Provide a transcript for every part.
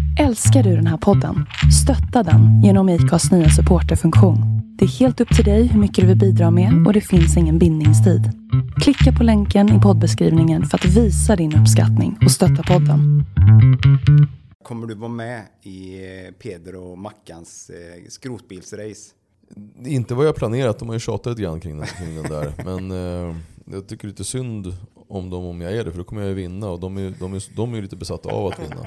Älskar du den här podden? Stötta den genom IKAs nya supporterfunktion. Det är helt upp till dig hur mycket du vill bidra med och det finns ingen bindningstid. Klicka på länken i poddbeskrivningen för att visa din uppskattning och stötta podden. Kommer du vara med i Peder och Mackans skrotbilsrace? Inte vad jag planerat, de har ju tjatat lite grann kring den där. Men jag tycker lite synd om dem om jag är det, för då kommer jag ju vinna. Och de är ju lite besatta av att vinna.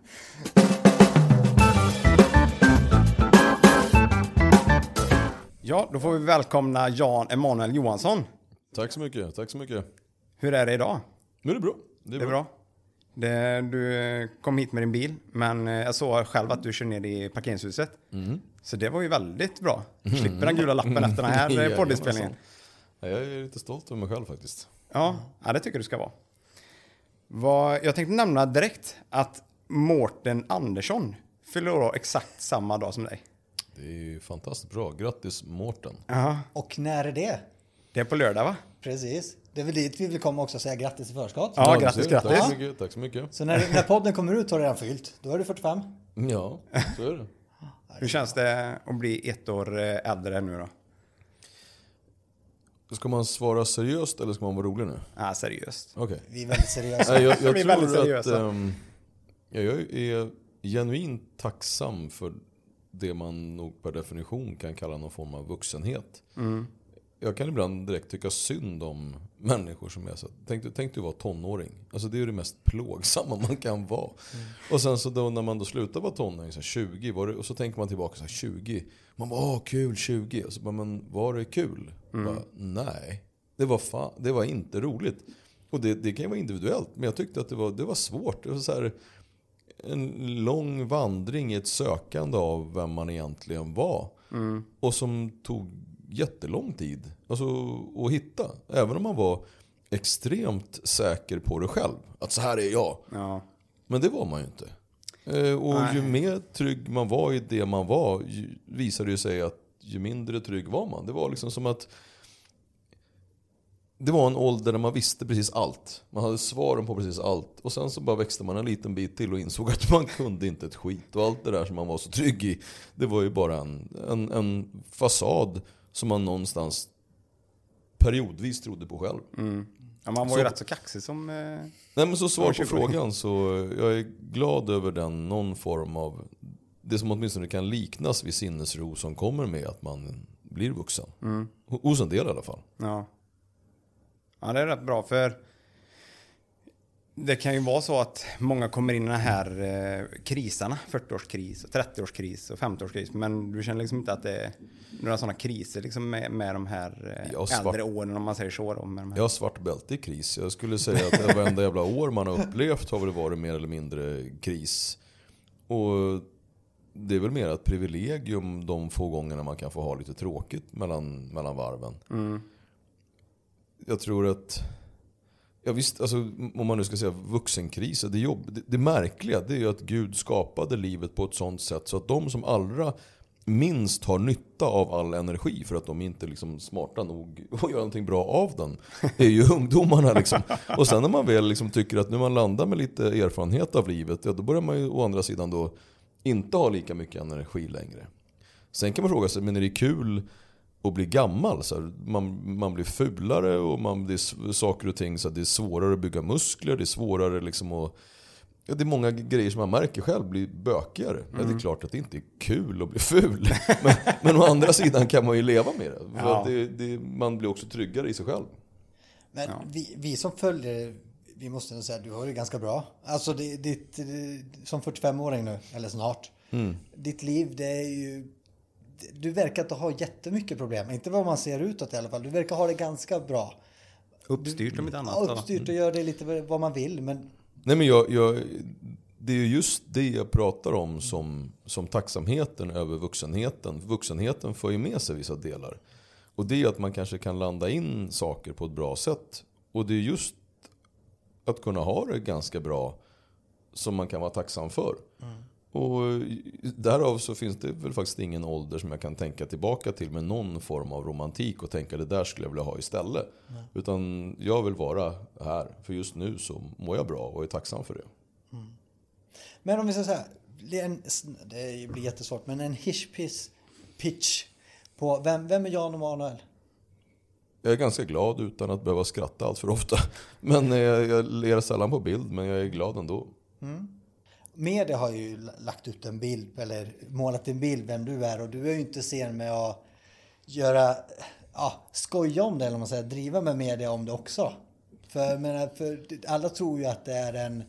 Ja, då får vi välkomna Jan Emanuel Johansson. Tack så mycket, tack så mycket. Hur är det idag? Nu är det bra. Det är bra. Du kom hit med din bil, men jag såg själv att du kör ner i parkeringshuset. Mm. Så det var ju väldigt bra. Du slipper den gula lappen efter den här poddinspelningen. Jag är lite stolt över mig själv faktiskt. Ja, det tycker du ska vara. Jag tänkte nämna direkt att Mårten Andersson fyller år exakt samma dag som dig. Det är ju fantastiskt bra. Grattis Mårten. Ja. Och när är det? Det är på lördag, va? Precis. Det är väl dit vi vill komma också och säga grattis i förskott. Ja, grattis. Tack så mycket. Så när podden kommer ut har du redan fyllt. Då är du 45. Ja, så är det. Hur känns det att bli ett år äldre nu då? Ska man svara seriöst eller ska man vara rolig nu? Ja, seriöst. Okay. Vi är väldigt seriösa. Jag vi är väldigt tror seriösa. Jag är genuint tacksam för det man nog per definition kan kalla någon form av vuxenhet. Mm. Jag kan ibland direkt tycka synd om människor som är så. Tänk du vara tonåring. Alltså det är ju det mest plågsamma man kan vara. Mm. Och sen så då, när man då slutar vara tonåring, så 20 var det, och så tänker man tillbaka så här, 20. Man bara, kul 20. Och så bara, men var det kul? Bara, nej. Det var inte roligt. Och det kan ju vara individuellt, men jag tyckte att det var svårt. Det var så här en lång vandring i ett sökande av vem man egentligen var. Mm. Och som tog jättelång tid att hitta. Även om man var extremt säker på det själv. Att så här är jag. Ja. Men det var man ju inte. Och ju mer trygg man var i det man var, visade det sig att ju mindre trygg var man. Det var liksom som att det var en ålder där man visste precis allt. Man hade svaren på precis allt. Och sen så bara växte man en liten bit till och insåg att man kunde inte ett skit. Och allt det där som man var så trygg i, det var ju bara en fasad som man någonstans periodvis trodde på själv. Mm. Ja, man var ju rätt så kaxig som... Nej, men så svar på frågan, så jag är glad över någon form av... Det som åtminstone kan liknas vid sinnesro som kommer med att man blir vuxen. Mm. Hos en del i alla fall. Ja, det är rätt bra, för det kan ju vara så att många kommer in i den här krisarna, 40-årskris, 30-årskris och 50-årskris, men du känner liksom inte att det är några sådana kriser liksom med de här äldre åren, om man säger så. Jag har svart bälte i kris. Jag skulle säga att varenda jävla år man har upplevt har väl varit mer eller mindre kris. Och det är väl mer ett privilegium de få gångerna man kan få ha lite tråkigt mellan varven. Mm. Jag tror att, ja visst, alltså, om man nu ska säga vuxenkris, det märkliga, det är ju att Gud skapade livet på ett sånt sätt så att de som allra minst har nytta av all energi, för att de inte liksom smarta nog att göra någonting bra av den, är ju ungdomarna liksom. Och sen när man väl liksom tycker att nu man landar med lite erfarenhet av livet, ja, då börjar man ju å andra sidan då inte ha lika mycket energi längre. Sen kan man fråga sig, men är det kul och bli gammal? Så här, man blir fulare och man blir saker och ting, så det är svårare att bygga muskler, det är svårare liksom att... Ja, det är många grejer som man märker själv blir bökigare. Ja, det är klart att det inte är kul att bli ful. men å andra sidan kan man ju leva med det. För att man blir också tryggare i sig själv. Men vi som följer, vi måste nog säga att du har det ganska bra. Alltså som 45-åring nu, eller snart. Ditt liv, det är ju... Du verkar inte ha jättemycket problem. Inte vad man ser utåt i alla fall. Du verkar ha det ganska bra. Uppstyrt om ett annat. Ja, uppstyrt och gör det lite vad man vill. Men... Nej, men det är ju just det jag pratar om som tacksamheten över vuxenheten. Vuxenheten får ju med sig vissa delar. Och det är att man kanske kan landa in saker på ett bra sätt. Och det är just att kunna ha det ganska bra som man kan vara tacksam för. Och därav så finns det väl faktiskt ingen ålder som jag kan tänka tillbaka till med någon form av romantik och tänka det där skulle jag vilja ha istället. Utan jag vill vara här, för just nu så mår jag bra och är tacksam för det. Men om vi ska säga, det blir jättesvårt, men en hiss pitch på vem är Jan Emanuel? Jag är ganska glad utan att behöva skratta allt för ofta. Men jag ler sällan på bild, men jag är glad ändå. Media har ju lagt ut en bild eller målat en bild vem du är, och du är ju inte sen med att göra skoja om det, eller man säger, driva med media om det också. För alla tror ju att det är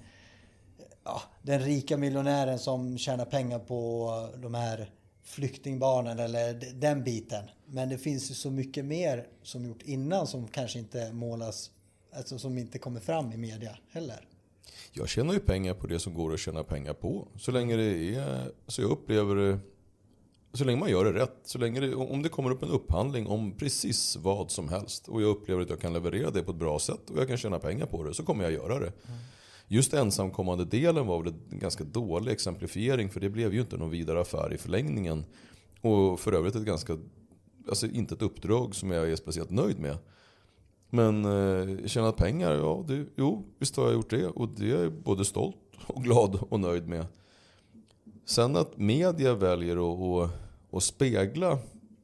den rika miljonären som tjänar pengar på de här flyktingbarnen eller den biten. Men det finns ju så mycket mer som gjort innan som kanske inte målas, alltså som inte kommer fram i media heller. Jag tjänar ju pengar på det som går att tjäna pengar på. Så länge det är, så jag upplever det, så länge man gör det rätt, så länge det, om det kommer upp en upphandling om precis vad som helst och jag upplever att jag kan leverera det på ett bra sätt och jag kan tjäna pengar på det, så kommer jag göra det. Just ensamkommande delen var väl en ganska dålig exemplifiering, för det blev ju inte någon vidare affär i förlängningen. Och för övrigt inte ett uppdrag som jag är speciellt nöjd med. Men tjänat pengar, visst har jag gjort det. Och det är jag både stolt och glad och nöjd med. Sen att media väljer att spegla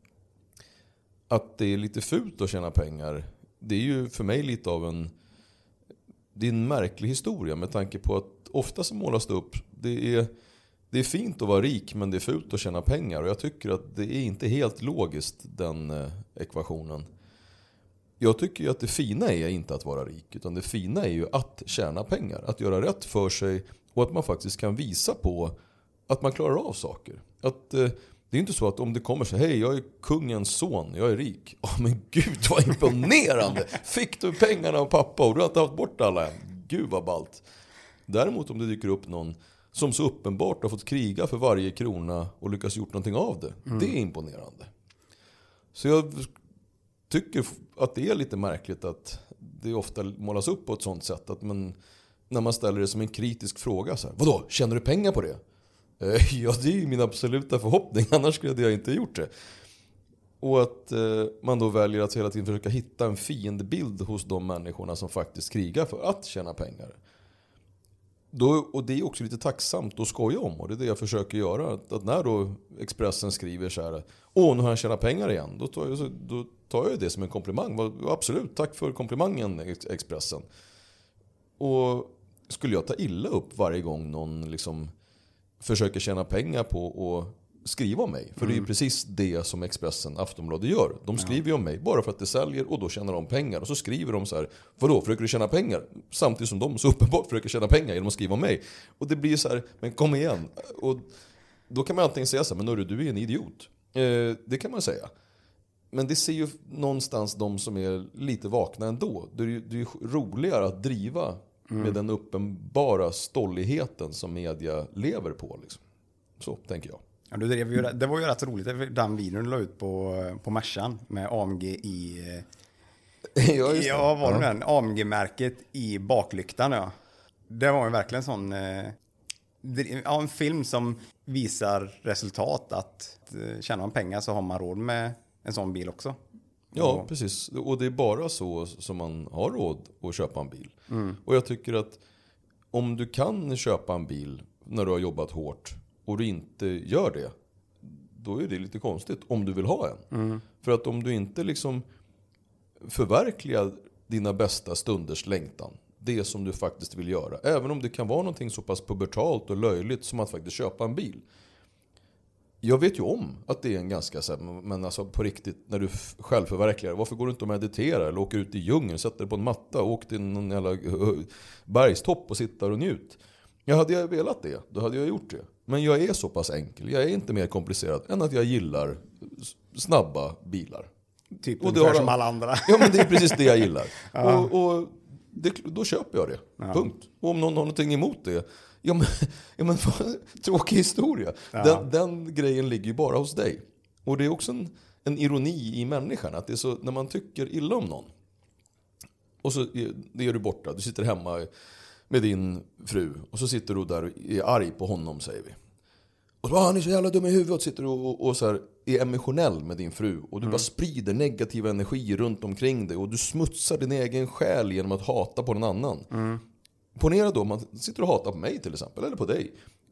att det är lite fult att tjäna pengar, det är ju för mig lite av det är en märklig historia, med tanke på att ofta så målas det upp, det är fint att vara rik men det är fult att tjäna pengar, och jag tycker att det är inte helt logiskt, den ekvationen. Jag tycker ju att det fina är inte att vara rik, utan det fina är ju att tjäna pengar, att göra rätt för sig och att man faktiskt kan visa på att man klarar av saker. Att det är inte så att om det kommer så, hej, jag är kungens son, jag är rik. Men gud vad imponerande! Fick du pengarna av pappa och du har inte haft bort alla än? Gud vad ballt. Däremot om det dyker upp någon som så uppenbart har fått kriga för varje krona och lyckas gjort någonting av det, det är imponerande. Så jag tycker att det är lite märkligt att det ofta målas upp på ett sånt sätt att när man ställer det som en kritisk fråga så här, vadå, tjänar du pengar på det? Ja, det är ju min absoluta förhoppning, annars skulle jag inte gjort det. Och att man då väljer att hela tiden försöka hitta en fiendebild hos de människorna som faktiskt krigar för att tjäna pengar. Och det är också lite tacksamt att skoja om, och det är det jag försöker göra. Att när då Expressen skriver så här, nu har han tjänat pengar igen, då tar jag det som en komplimang. Absolut, tack för komplimangen Expressen. Och skulle jag ta illa upp varje gång någon liksom försöker tjäna pengar på att skriva om mig. För det är ju precis det som Expressen, Aftonbladet gör. De skriver ju om mig bara för att det säljer, och då tjänar de pengar. Och så skriver de så här, vadå, försöker du tjäna pengar? Samtidigt som de så uppenbart försöker tjäna pengar genom att skriva om mig. Och det blir så här, men kom igen. Och då kan man antingen säga så här, men du är en idiot. Det kan man säga. Men det ser ju någonstans de som är lite vakna ändå. Det är ju roligare att driva med den uppenbara stolligheten som media lever på. Liksom. Så tänker jag. Ja, det var ju rätt roligt, den videon du la ut på Mercan med AMG i... var det den? AMG-märket i baklyktan, ja. Det var ju verkligen sån... en film som visar resultat, att tjänar man pengar så har man råd med en sån bil också. Ja, precis. Och det är bara så som man har råd att köpa en bil. Och jag tycker att om du kan köpa en bil när du har jobbat hårt och du inte gör det, då är det lite konstigt om du vill ha en. För att om du inte liksom förverkligar dina bästa stunders längtan, det som du faktiskt vill göra, även om det kan vara någonting så pass pubertalt och löjligt som att faktiskt köpa en bil. Jag vet ju om att det är en ganska, men alltså på riktigt, när du själv förverkligar, varför går du inte och mediterar eller åker ut i djungeln, sätter dig på en matta och åker till någon jävla bergstopp och sitter och njut? Hade jag velat det, då hade jag gjort det. Men jag är så pass enkel, jag är inte mer komplicerad än att jag gillar snabba bilar. Typ ungefär som alla andra. Ja, men det är precis det jag gillar. Och då köper jag det. Ja. Punkt. Och om någon har någonting emot det, ja men tråkig historia. Ja. Den grejen ligger ju bara hos dig. Och det är också en ironi i människan, att det är så, när man tycker illa om någon och så är du borta, du sitter hemma med din fru och så sitter du där och är arg på honom, säger vi. Och så, han är så jävla dum i huvudet, sitter du och så här, är emotionell med din fru. Och du bara sprider negativ energi runt omkring dig. Och du smutsar din egen själ genom att hata på någon annan. Ponera då, man sitter och hatar på mig till exempel, eller på dig.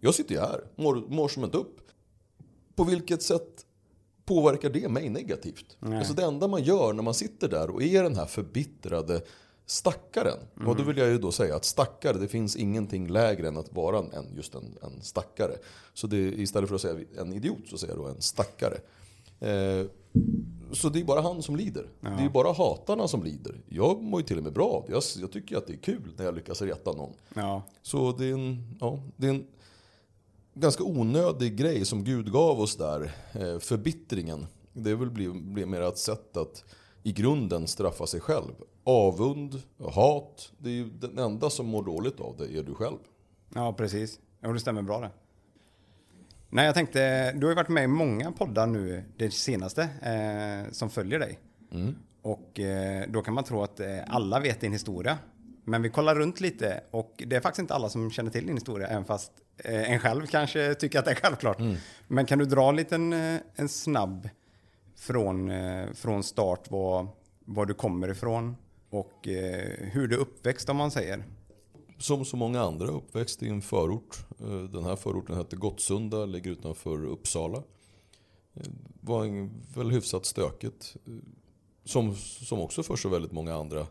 Jag sitter ju här, mår som ett upp. På vilket sätt påverkar det mig negativt? Alltså det enda man gör när man sitter där och är den här förbittrade stackaren. Och då vill jag ju då säga att stackare, det finns ingenting lägre än att vara just en stackare. Så det, istället för att säga en idiot så säger jag då en stackare. Så det är bara han som lider. Det är bara hatarna som lider. Jag mår ju till och med bra av det. Jag tycker att det är kul när jag lyckas reta någon. Så det är en ganska onödig grej som Gud gav oss där. Förbittringen. Det vill bli mer ett sätt att i grunden straffa sig själv. Avund, hat. Det är ju den enda som mår dåligt av det är du själv. Ja, precis. Ja, det stämmer bra det. Nej, jag tänkte, du har ju varit med i många poddar nu, det senaste, som följer dig. Och då kan man tro att alla vet din historia. Men vi kollar runt lite och det är faktiskt inte alla som känner till din historia, även fast en själv kanske tycker att det är självklart. Men kan du dra lite en snabb från start var du kommer ifrån och hur du är uppväxt, om man säger? Som så många andra uppväxt i en förort. Den här förorten heter Gottsunda, ligger utanför Uppsala. Var väl hyfsat stökigt. Som också för så väldigt många andra.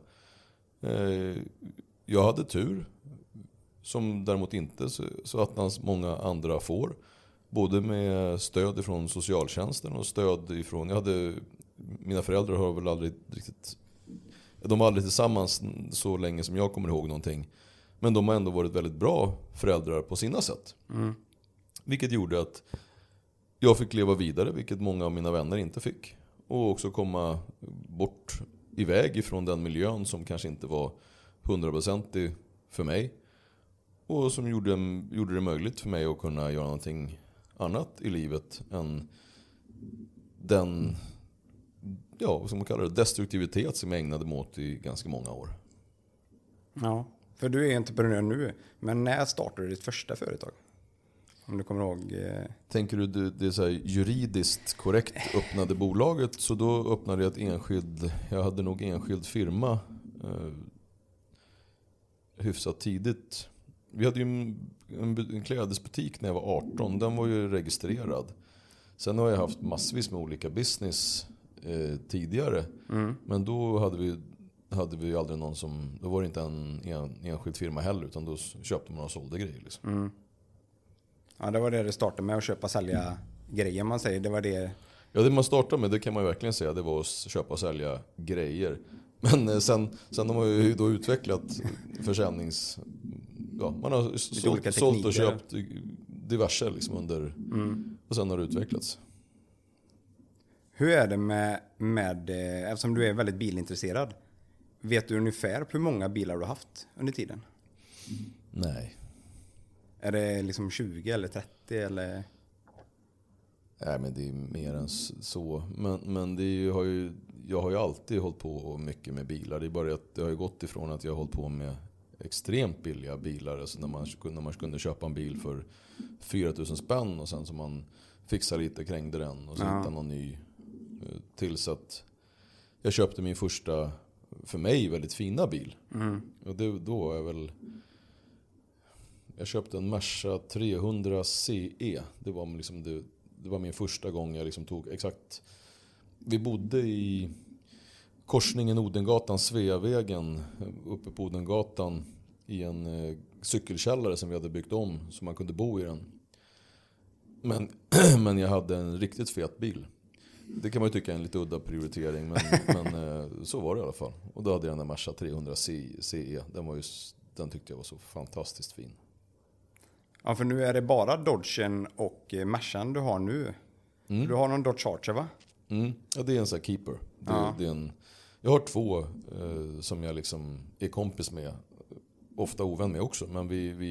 Jag hade tur. Som däremot inte så att många andra får. Både med stöd från socialtjänsten och stöd ifrån... Mina föräldrar har väl aldrig riktigt... De var aldrig tillsammans så länge som jag kommer ihåg någonting. Men de har ändå varit väldigt bra föräldrar på sina sätt. Vilket gjorde att jag fick leva vidare, vilket många av mina vänner inte fick. Och också komma bort iväg ifrån den miljön som kanske inte var 100% för mig. Och som gjorde det möjligt för mig att kunna göra någonting annat i livet än den, som man kallar det, destruktivitet som jag ägnade mig åt i ganska många år. Ja, för du är entreprenör nu. Men när startade du ditt första företag? Om du kommer ihåg... Tänker du det är så här juridiskt korrekt öppnade bolaget, så då öppnade jag jag hade nog enskild firma hyfsat tidigt. Vi hade ju en klädesbutik när jag var 18, den var ju registrerad. Sen har jag haft massvis med olika business tidigare, men då hade vi aldrig någon som, då var det inte en enskild firma heller, utan då köpte man och sålde grejer liksom. Ja, det var det startade med, att köpa och sälja grejer, man säger. Det var det. Ja, det man startade med, det kan man ju verkligen säga, det var att köpa och sälja grejer. Men sen har man ju då utvecklat försäljnings... Ja, man har sålt och köpt diverse liksom under... Och sen har det utvecklats. Hur är det med eftersom du är väldigt bilintresserad, vet du ungefär hur många bilar du har haft under tiden? Nej. Är det liksom 20 eller 30 eller? Nej, men det är mer än så. Men jag har ju alltid hållit på mycket med bilar. Det är bara att det har ju gått ifrån att jag har hållit på med extremt billiga bilar. Alltså när man kunde köpa en bil för 4 000 spänn och sen så man fixade lite, krängde den och så hittade någon ny. Tills att jag köpte min första, för mig, väldigt fina bil. Och då var jag väl... Jag köpte en Merca 300 CE. Det var liksom det var min första gång jag liksom tog exakt... Vi bodde i korsningen Odengatan-Sveavägen, uppe på Odengatan, i en cykelkällare som vi hade byggt om så man kunde bo i den. Men jag hade en riktigt fet bil. Det kan man ju tycka är en lite udda prioritering, men så var det i alla fall. Och då hade jag den där Merca 300 CE. Den tyckte jag var så fantastiskt fin. Ja, för nu är det bara Dodgen och Mercan du har nu. Du har någon Dodge Charger, va? Ja, det är en sån här keeper. Jag har 2 som jag liksom är kompis med. Ofta ovän med också, men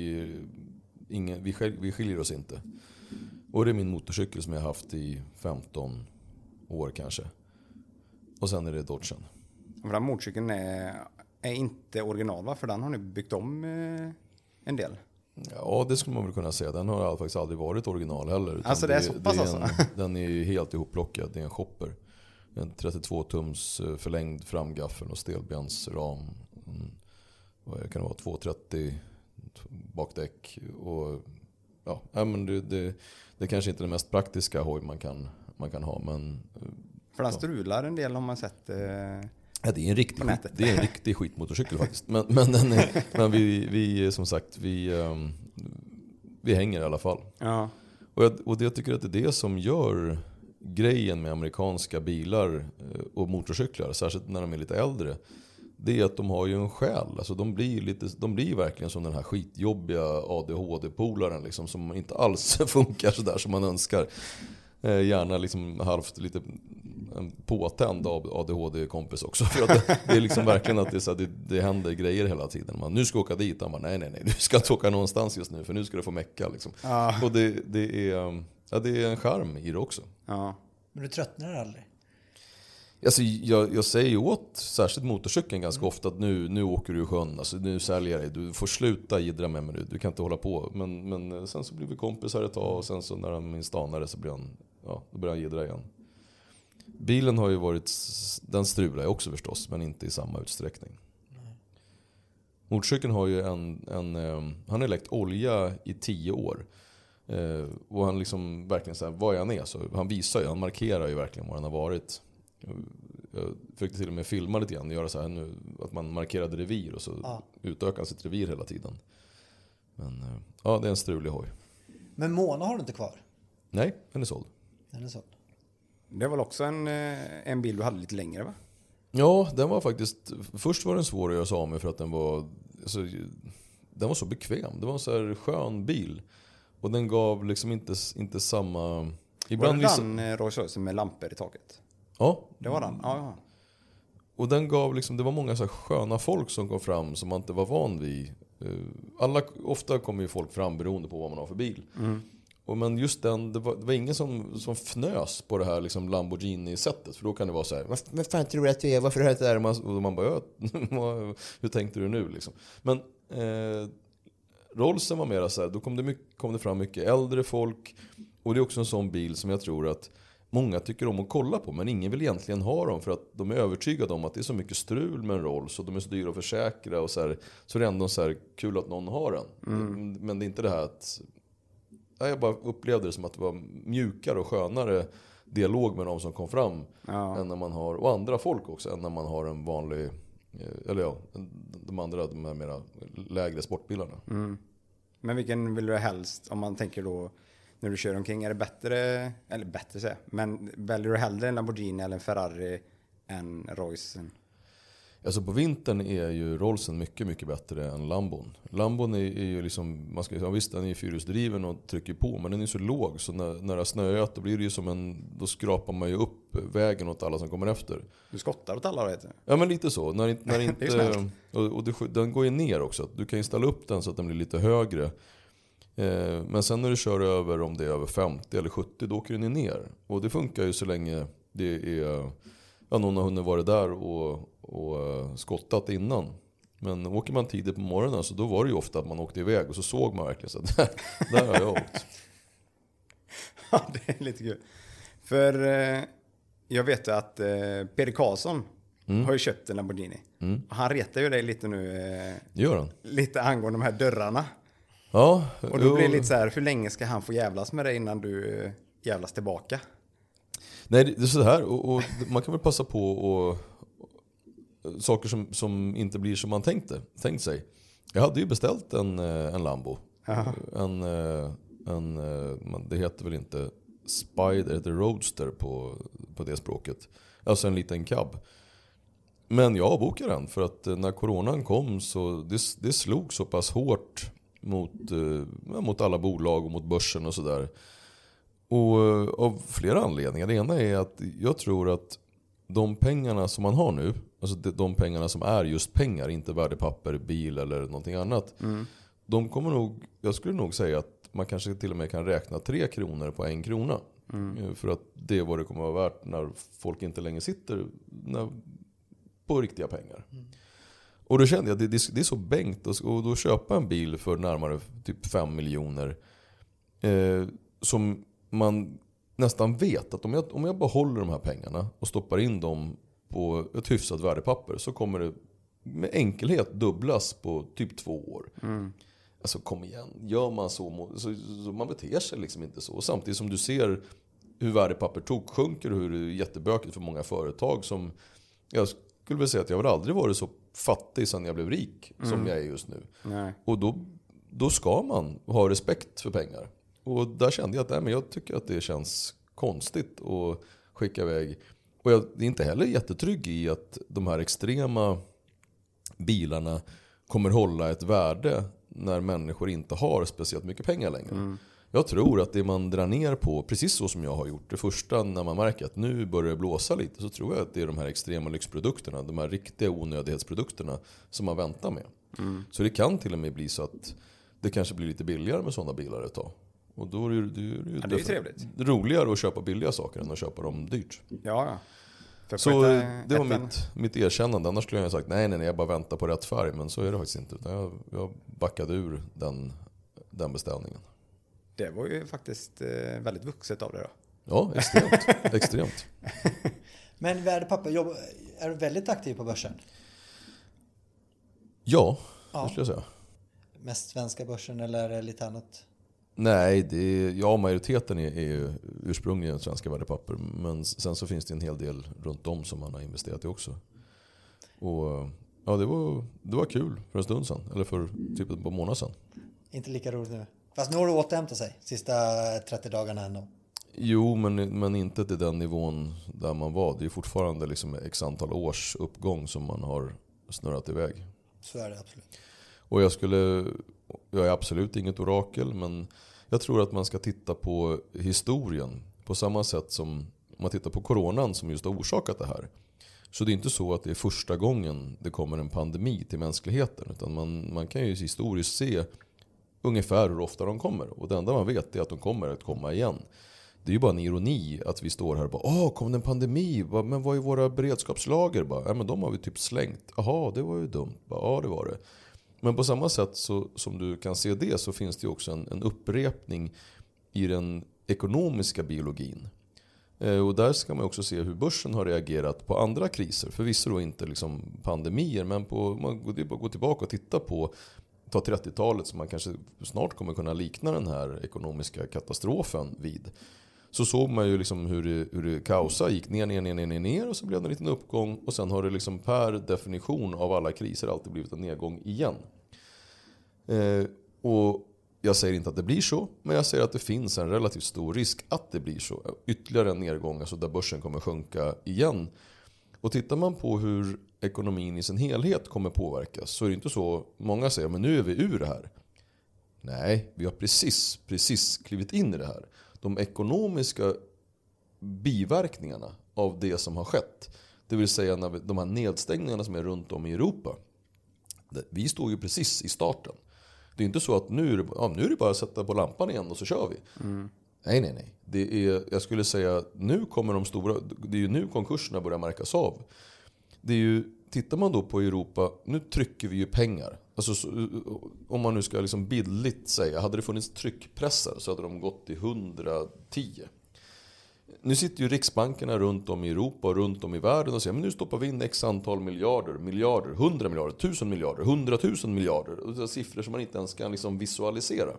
vi skiljer oss inte. Och det är min motorcykel som jag har haft i 15 år kanske. Och sen är det Dodgen. För den motorcykeln är inte original, va? För den har ni byggt om en del. Ja, det skulle man väl kunna säga. Den har faktiskt aldrig varit original heller. Alltså det är så pass alltså? Den är ju helt ihopplockad. Det är en shopper. En 32-tums förlängd framgaffel och stelbensram. Vad kan det vara? 230 bakdäck. Och men det kanske inte är den mest praktiska hoj man kan ha, men för den strular en del om man sett ja, det är en riktig skitmotorcykel faktiskt. Men vi som sagt vi hänger i alla fall. Ja. Och jag tycker att det är det som gör grejen med amerikanska bilar och motorcyklar, särskilt när de är lite äldre. Det är att de har ju en själ. Alltså de blir verkligen som den här skitjobbiga ADHD-polaren liksom, som inte alls funkar så där som man önskar. Gärna liksom halvt lite en påtänd av ADHD-kompis också. För att det är liksom verkligen att det händer grejer hela tiden. Nu ska åka dit. Han bara, nej, du ska inte åka någonstans just nu, för nu ska du få mecka liksom. Och det är en charm i det också. Ja. Men du tröttnar aldrig? Alltså, jag säger åt särskilt motorcykeln ganska ofta att nu åker du i sjön, alltså, nu säljer jag dig, du får sluta jiddra med mig nu, du kan inte hålla på. Men sen så blir vi kompisar ett tag, och sen så när han är stanare så blir då börjar han jiddra igen. Bilen har ju den strular jag också förstås, men inte i samma utsträckning. Motorcykeln har ju han har läckt olja i 10 år. Och han liksom verkligen så här, vad han är, så han visar ju, han markerar ju verkligen var han har varit. Jag försökte till och med filma lite grann, göra så här nu, att man markerade revir och så utökar sitt revir hela tiden. Men det är en strulig hoj. Men Mona har du inte kvar? Nej, den är såld. Det var väl också en bil du hade lite längre, va? Ja, den var faktiskt, först var den svår att göra sig av med för att den var så bekväm. Det var en så här skön bil. Och den gav liksom inte samma... Ibland var det den Rolls-Royce med lampor i taket? Ja. Det var den, ja. Och den gav liksom, det var många så här sköna folk som kom fram som man inte var van vid. Ofta kommer ju folk fram beroende på vad man har för bil. Men just det var ingen som fnös på det här liksom Lamborghini-sättet. För då kan det vara så här, vad fan tror du att du är? Varför är det där? Och man bara, hur tänkte du nu liksom? Men Rollsen var mer så här, då kom det fram mycket äldre folk. Och det är också en sån bil som jag tror att många tycker om att kolla på, men ingen vill egentligen ha dem för att de är övertygade om att det är så mycket strul med en Rolls och de är så dyra att försäkra och så här, så det är ändå så här kul att någon har den. Men det är inte det här att jag bara upplevde det som att det var mjukare och skönare dialog med de som kom fram än när man har, och andra folk också, än när man har en vanlig, de här mera lägre sportbilarna. Men vilken vill du helst, om man tänker då när du kör omkring, är det bättre säga, men väljer du hellre en Lamborghini eller en Ferrari än Roycen? Alltså på vintern är ju Rollsen mycket, mycket bättre än Lambon. Lambon är ju liksom, man ska säga, visst den är fyrhjulsdriven och trycker på, men den är så låg så när det har snöat då blir det ju som då skrapar man ju upp vägen åt alla som kommer efter. Du skottar åt alla, vet du? Ja, men lite så. När inte, det är och den går ju ner också. Du kan ju ställa upp den så att den blir lite högre. Men sen när du kör över, om det är över 50 eller 70, då åker den ner. Och det funkar ju så länge det är någon har hunnit vara där och skottat innan. Men åker man tidigt på morgonen så då var det ju ofta att man åkte iväg och så såg man verkligen så där har jag åkt. Ja, det är lite kul. För jag vet ju att Peder Karlsson har ju köpt en Lamborghini. Och han retar ju dig lite nu. Gör han? Lite angående de här dörrarna. Ja. Och då blir det lite så här, hur länge ska han få jävlas med dig innan du jävlas tillbaka? Nej, det är så här. Och man kan väl passa på och saker som inte blir som man tänkt sig. Jag hade ju beställt en Lambo. Det heter väl inte Spider, det heter Roadster på det språket. Alltså en liten cab. Men jag avbokade den för att när coronan kom så det slog så pass hårt mot alla bolag och mot börsen och sådär. Och av flera anledningar. Det ena är att jag tror att de pengarna som man har nu, alltså de pengarna som är just pengar, inte värdepapper, bil eller någonting annat. De kommer nog, jag skulle nog säga att man kanske till och med kan räkna 3 kronor på 1 krona. För att det är vad det kommer att vara värt när folk inte längre sitter på riktiga pengar. Och då kände jag att det är så bänkt och då köpa en bil för närmare typ 5 miljoner som man nästan vet att om jag behåller de här pengarna och stoppar in dem på ett hyfsat värdepapper så kommer det med enkelhet dubblas på typ 2 år. Alltså kom igen, gör man så man beter sig liksom inte så. Och samtidigt som du ser hur värdepapper sjunker och hur det är jättebökigt för många företag som... Jag skulle vilja säga att jag har aldrig varit så fattig sedan jag blev rik som jag är just nu. Nej. Och då ska man ha respekt för pengar. Och där kände jag att jag tycker att det känns konstigt att skicka iväg. Och jag är inte heller jättetrygg i att de här extrema bilarna kommer hålla ett värde när människor inte har speciellt mycket pengar längre. Jag tror att det man drar ner på, precis så som jag har gjort, det första när man märker att nu börjar det blåsa lite, så tror jag att det är de här extrema lyxprodukterna, de här riktiga onödighetsprodukterna som man väntar med. Så det kan till och med bli så att det kanske blir lite billigare med sådana bilar ett tag. Och då är det är ju trevligt. Roligare att köpa billiga saker än att köpa dem dyrt. Ja. Så det var mitt erkännande. Annars skulle jag ha sagt nej, jag bara väntar på rätt färg. Men så är det faktiskt inte. Utan jag backade ur den beställningen. Det var ju faktiskt väldigt vuxet av det då. Ja, extremt. Men värdepapper, är du väldigt aktiv på börsen? Ja, det skulle jag säga. Mest svenska börsen eller är det lite annat? Nej, majoriteten är ju ursprungligen svenska värdepapper. Men sen så finns det en hel del runt om som man har investerat i också. Och ja, det var kul för en stund sedan. Eller för typ ett par månader sedan. Inte lika roligt nu. Fast nu har du återhämtat sig sista 30 dagarna ändå. Jo, men inte till den nivån där man var. Det är fortfarande liksom x antal års uppgång som man har snurrat iväg. Så är det absolut. Och jag är absolut inget orakel, men jag tror att man ska titta på historien på samma sätt som om man tittar på coronan som just har orsakat det här. Så det är inte så att det är första gången det kommer en pandemi till mänskligheten, utan man kan ju historiskt se ungefär hur ofta de kommer. Och det enda man vet är att de kommer att komma igen. Det är ju bara en ironi att vi står här och bara kom det en pandemi? Men vad är våra beredskapslager? Men de har vi typ slängt. Jaha, det var ju dumt. Ja, det var det. Men på samma sätt så, som du kan se det, så finns det ju också en upprepning i den ekonomiska biologin. Och där ska man också se hur börsen har reagerat på andra kriser. Förvisso då inte liksom pandemier, men man går tillbaka och titta på ta 30-talet som man kanske snart kommer kunna likna den här ekonomiska katastrofen vid. Så såg man ju liksom hur det kaosa gick ner och så blev det en liten uppgång och sen har det liksom per definition av alla kriser alltid blivit en nedgång igen. Och jag säger inte att det blir så, men jag säger att det finns en relativt stor risk att det blir så. Ytterligare en nedgång, alltså där börsen kommer sjunka igen. Och tittar man på hur ekonomin i sin helhet kommer påverkas, så är det inte så många säger men nu är vi ur det här. Nej, vi har precis klivit in i det här. De ekonomiska biverkningarna av det som har skett, det vill säga när de här nedstängningarna som är runt om i Europa, vi står ju precis i starten. Det är inte så att nu är det bara att sätta på lampan igen och så kör vi. Nej. Jag skulle säga nu kommer det är ju nu konkurserna börjar märkas av. Det är ju, tittar man då på Europa, nu trycker vi ju pengar. Alltså, om man nu ska liksom bildligt säga, hade det funnits tryckpressar så hade de gått till 110. Nu sitter ju riksbankerna runt om i Europa och runt om i världen och säger men nu stoppar vi in x antal miljarder, 100 miljarder, 1000 miljarder, 100 000 miljarder. Och det är siffror som man inte ens kan liksom visualisera.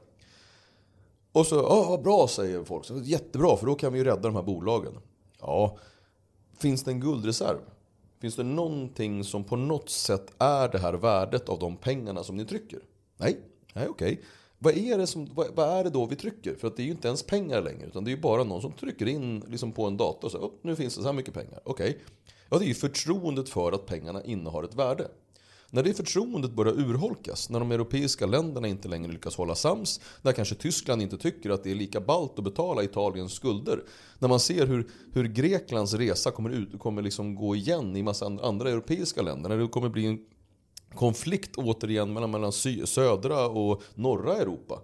Och så, bra säger folk, så jättebra för då kan vi ju rädda de här bolagen. Ja, finns det en guldreserv? Finns det någonting som på något sätt är det här värdet av de pengarna som ni trycker? Nej, okej. Vad är det då vi trycker? För att det är ju inte ens pengar längre, utan det är ju bara någon som trycker in liksom på en dator och säger nu finns det så här mycket pengar. Okej. Ja, det är ju förtroendet för att pengarna innehar ett värde. När det förtroendet börjar urholkas, när de europeiska länderna inte längre lyckas hålla sams, där kanske Tyskland inte tycker att det är lika ballt att betala Italiens skulder, när man ser hur Greklands resa kommer liksom gå igen i massa andra europeiska länder, när det kommer bli en konflikt återigen mellan södra och norra Europa,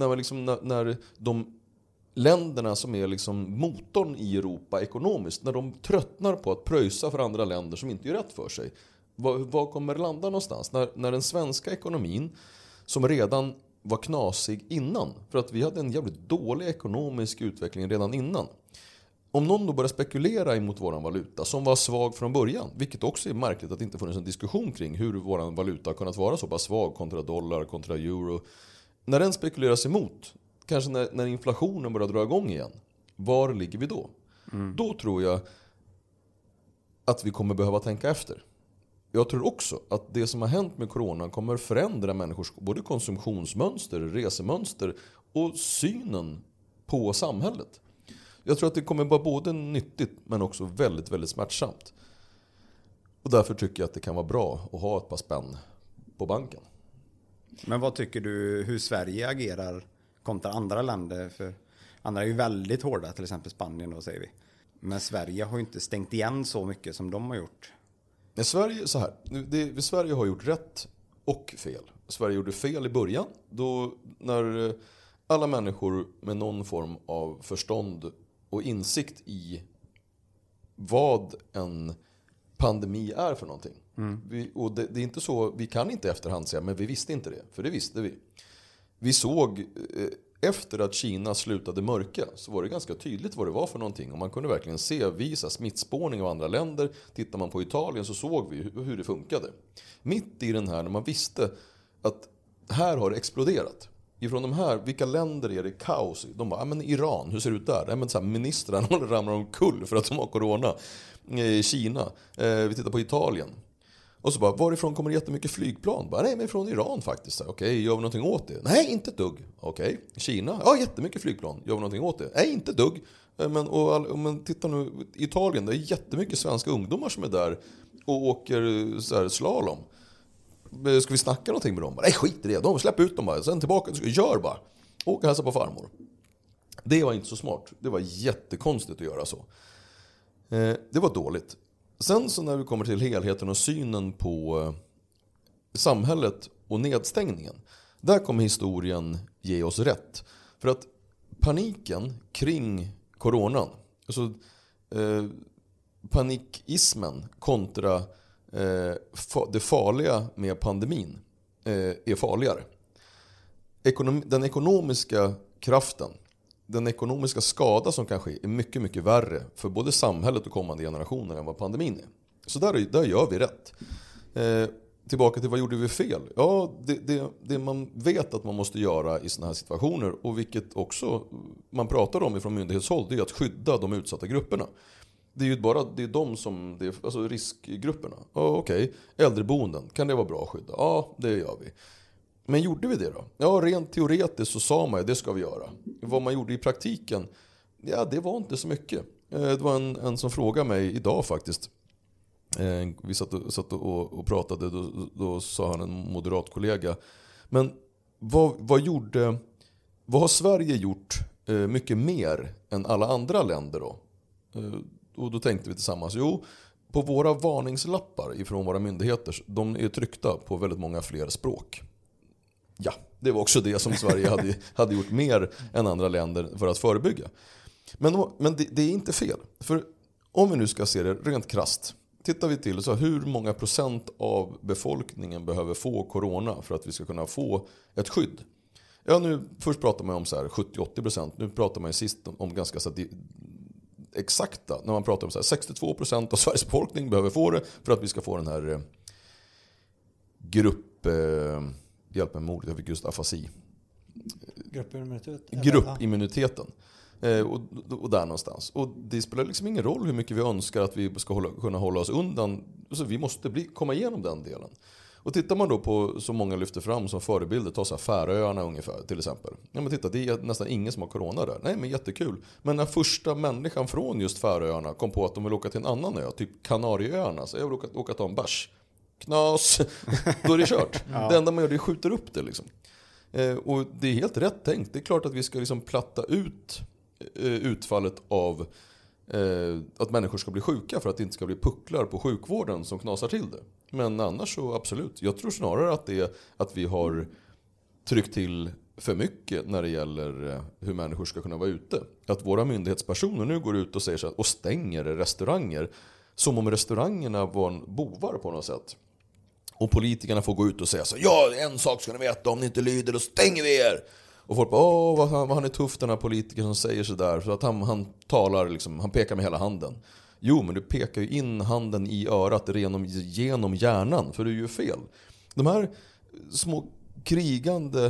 när de länderna som är liksom motorn i Europa ekonomiskt, när de tröttnar på att pröjsa för andra länder som inte gör rätt för sig. Var kommer det landa någonstans? När den svenska ekonomin, som redan var knasig innan, för att vi hade en jävligt dålig ekonomisk utveckling redan innan. Om någon då börjar spekulera emot våran valuta, som var svag från början, vilket också är märkligt att det inte funnits en diskussion kring hur våran valuta har kunnat vara så pass svag kontra dollar, kontra euro. när den spekuleras emot, kanske när inflationen börjar dra igång igen, var ligger vi då? Då tror jag att vi kommer behöva tänka efter. Jag tror också att det som har hänt med corona kommer förändra människors både konsumtionsmönster, resemönster och synen på samhället. Jag tror att det kommer vara både nyttigt men också väldigt, väldigt smärtsamt. Och därför tycker jag att det kan vara bra att ha ett par spänn på banken. Men vad tycker du hur Sverige agerar kontra andra länder? För andra är ju väldigt hårda, till exempel Spanien då säger vi. Men Sverige har ju inte stängt igen så mycket som de har gjort. Men Sverige har gjort rätt och fel. Sverige gjorde fel i början då när alla människor med någon form av förstånd och insikt i vad en pandemi är för någonting. Och det är inte så, vi kan inte efterhand säga, men vi visste inte det, för det visste vi. Vi såg efter att Kina slutade mörka så var det ganska tydligt vad det var för någonting. Och man kunde verkligen visa smittspårning av andra länder. Tittar man på Italien så såg vi hur det funkade. Mitt i den här, när man visste att här har det exploderat. Ifrån de här, vilka länder är det kaos i? De bara, men Iran, hur ser det ut där? Men så här, ministrarna ramlar omkull för att de har corona. Kina, vi tittar på Italien. Och så bara, varifrån kommer det jättemycket flygplan? Bara, nej, men från Iran faktiskt. Okej, gör vi någonting åt det? Nej, inte ett dugg. Okej, Kina, ja, jättemycket flygplan. Gör vi någonting åt det? Nej, inte ett dugg. Men titta nu, Italien, det är jättemycket svenska ungdomar som är där och åker så här, slalom. Ska vi snacka någonting med dem? Nej, skit i det. De släpper ut dem bara. Sen tillbaka, gör bara. Åka och hälsa på farmor. Det var inte så smart. Det var jättekonstigt att göra så. Det var dåligt. Sen så när vi kommer till helheten och synen på samhället och nedstängningen, där kommer historien ge oss rätt. För att paniken kring coronan, alltså panikismen kontra det farliga med pandemin är farligare. Den ekonomiska kraften, den ekonomiska skada som kan ske är mycket, mycket värre för både samhället och kommande generationer än vad pandemin är. Så där gör vi rätt. Tillbaka till vad gjorde vi fel? Ja, det man vet att man måste göra i såna här situationer, och vilket också man pratar om från myndighetshåll, det är att skydda de utsatta grupperna. Det är ju bara de som, alltså riskgrupperna. Okej, äldreboenden, kan det vara bra att skydda? Ja, det gör vi. Men gjorde vi det då? Ja, rent teoretiskt så sa man ju det ska vi göra. Vad man gjorde i praktiken, ja, det var inte så mycket. Det var en som frågade mig idag faktiskt. Vi satt och pratade, då sa han, en moderat kollega. Men vad har Sverige gjort mycket mer än alla andra länder då? Och då tänkte vi tillsammans, på våra varningslappar ifrån våra myndigheter, de är tryckta på väldigt många fler språk. Ja, det var också det som Sverige hade gjort mer än andra länder för att förebygga. Men det är inte fel. För om vi nu ska se det rent krasst, tittar vi till så hur många procent av befolkningen behöver få corona för att vi ska kunna få ett skydd. Ja, nu först pratar man om så här 70-80%. Nu pratar man ju sist om ganska så exakta, när man pratar om så här 62% av Sveriges befolkning behöver få det för att vi ska få den här hjälp med mordet, jag fick just afasi. Gruppimmuniteten. Och där någonstans. Och det spelar liksom ingen roll hur mycket vi önskar att vi ska kunna hålla oss undan. Så vi måste komma igenom den delen. Och tittar man då på, så många lyfter fram som förebilder, ta så här Färöarna ungefär till exempel. Ja, men titta, det är nästan ingen som har corona där. Nej, men jättekul. Men när första människan från just Färöarna kom på att de vill åka till en annan ö, typ Kanarieöarna, så jag vill åka ta en bärs. Knas, då är det kört. Ja. Det enda man gör är att skjuter upp det liksom. Och det är helt rätt tänkt. Det är klart att vi ska liksom platta ut utfallet av att människor ska bli sjuka för att det inte ska bli pucklar på sjukvården som knasar till det. Men annars så absolut. Jag tror snarare att det är att vi har tryckt till för mycket när det gäller hur människor ska kunna vara ute. Att våra myndighetspersoner nu går ut och säger så här, och stänger restauranger som om restaurangerna var bovar på något sätt. Och politikerna får gå ut och säga så, ja, en sak ska ni veta, om ni inte lyder då stänger vi er. Och folk bara, vad han är tuff den här politikern som säger så där. Så att han talar liksom, han pekar med hela handen. Jo, men du pekar ju in handen i örat genom hjärnan, för du är ju fel. De här små krigande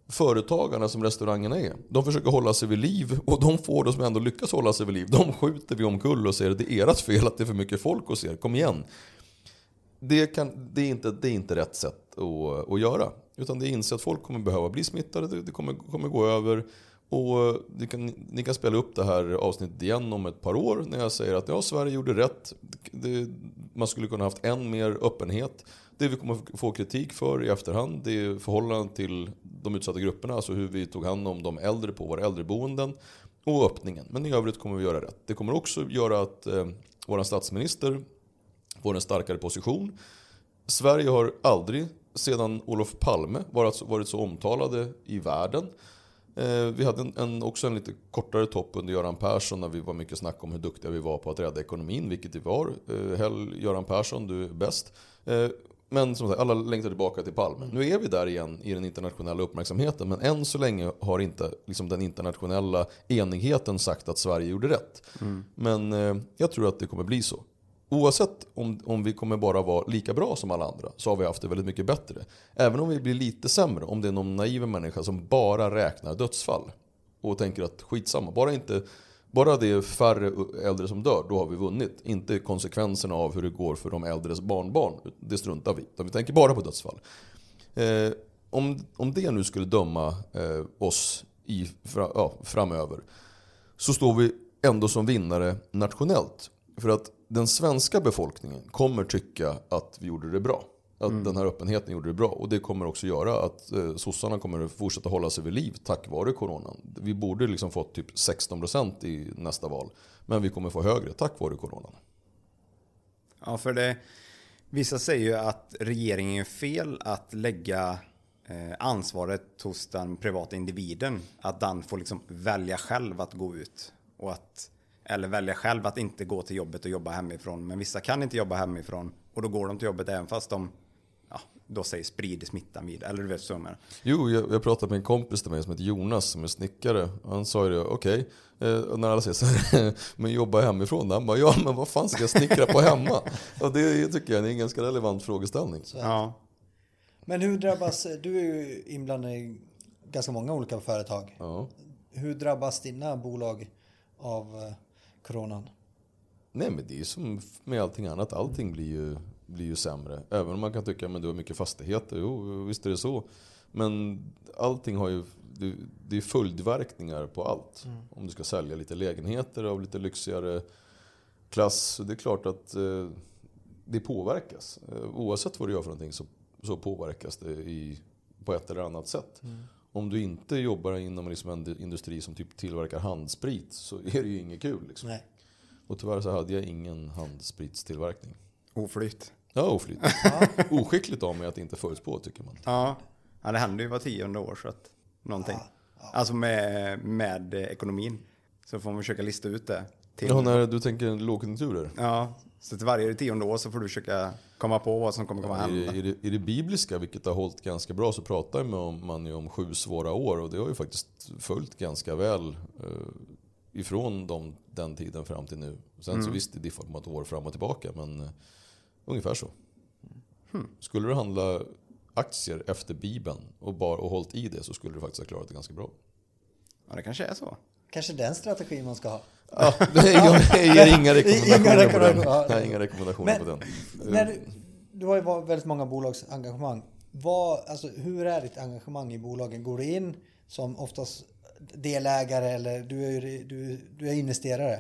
företagarna som restaurangerna är, de försöker hålla sig vid liv, och de får då som ändå lyckas hålla sig vid liv, de skjuter vi omkull och säger att det är ert fel att det är för mycket folk hos er, kom igen. Det är inte rätt sätt att göra, utan det är inse att folk kommer behöva bli smittade, det kommer gå över, och ni kan spela upp det här avsnittet igen om ett par år när jag säger att ja, Sverige gjorde rätt, man skulle kunna haft än mer öppenhet. Det vi kommer få kritik för i efterhand, det är förhållande till de utsatta grupperna, alltså hur vi tog hand om de äldre på våra äldreboenden och öppningen. Men i övrigt kommer vi göra rätt. Det kommer också göra att vår statsminister får en starkare position. Sverige har aldrig sedan Olof Palme varit så omtalade i världen. Vi hade också en lite kortare topp under Göran Persson när vi var mycket snack om hur duktiga vi var på att rädda ekonomin, vilket vi var. Göran Persson, du är bäst. Men som sagt, alla längtar tillbaka till Palme. Nu är vi där igen i den internationella uppmärksamheten, men än så länge har inte liksom den internationella enigheten sagt att Sverige gjorde rätt. Men jag tror att det kommer bli så. Oavsett om vi kommer bara vara lika bra som alla andra, så har vi haft det väldigt mycket bättre. Även om vi blir lite sämre, om det är någon naiv människa som bara räknar dödsfall och tänker att skitsamma, bara det är färre äldre som dör, då har vi vunnit. Inte konsekvenserna av hur det går för de äldres barnbarn, det struntar vi. Vi tänker bara på dödsfall. Om det nu skulle döma oss framöver, så står vi ändå som vinnare nationellt. För att den svenska befolkningen kommer tycka att vi gjorde det bra. Att den här öppenheten gjorde det bra. Och det kommer också göra att sossarna kommer att fortsätta hålla sig vid liv tack vare coronan. Vi borde liksom fått typ 16% i nästa val. Men vi kommer få högre tack vare coronan. Ja, för vissa säger ju att regeringen är fel att lägga ansvaret hos den privata individen. Att den får liksom välja själv att gå ut. Eller välja själv att inte gå till jobbet och jobba hemifrån. Men vissa kan inte jobba hemifrån. Och då går de till jobbet även fast de då säger sprider smittan vid. Eller du vet så med. Jo, jag pratade med en kompis till mig som heter Jonas som är snickare. Han sa ju det, okej. När alla säger så här, men jobba hemifrån. Han bara, ja men vad fan ska jag snickra på hemma? Och det tycker jag är en ganska relevant frågeställning. Ja. Men hur drabbas, du är ju inblandad i ganska många olika företag. Ja. Hur drabbas dina bolag av coronan? Nej, men det är som med allting annat. Allting blir ju sämre. Även om man kan tycka att du har mycket fastigheter. Jo, visst är det så. Men allting har ju... Det är följdverkningar på allt. Om du ska sälja lite lägenheter av lite lyxigare klass. Så det är klart att det påverkas. Oavsett vad du gör för någonting så påverkas det på ett eller annat sätt. Om du inte jobbar inom liksom en industri som typ tillverkar handsprit, så är det ju inget kul. Liksom. Nej. Och tyvärr så hade jag ingen handspritstillverkning. Oflytt. Ja, oflytt. Oskickligt av mig att inte förutspå, tycker man. Ja, det händer ju var 10:e år så att någonting. Alltså med ekonomin. Så får man försöka lista ut det. Ja, när du tänker lågkonjunkturer. Ja, så till varje 10:e år så får du försöka komma på vad som kommer komma hända. I det bibliska, vilket har hållit ganska bra, så pratar man ju om 7 svåra år. Och det har ju faktiskt följt ganska väl ifrån den tiden fram till nu. Sen så visst, det diffar på ett år fram och tillbaka, men ungefär så. Skulle du handla aktier efter Bibeln och hållit i det, så skulle du faktiskt ha klarat det ganska bra. Ja, det kanske är så. Kanske den strategin man ska ha. Ja, jag ger inga rekommendationer på den. Nej, inga rekommendationer på den. Du har ju väldigt många bolagsengagemang. Hur är ditt engagemang i bolagen? Går du in som oftast delägare eller du är investerare?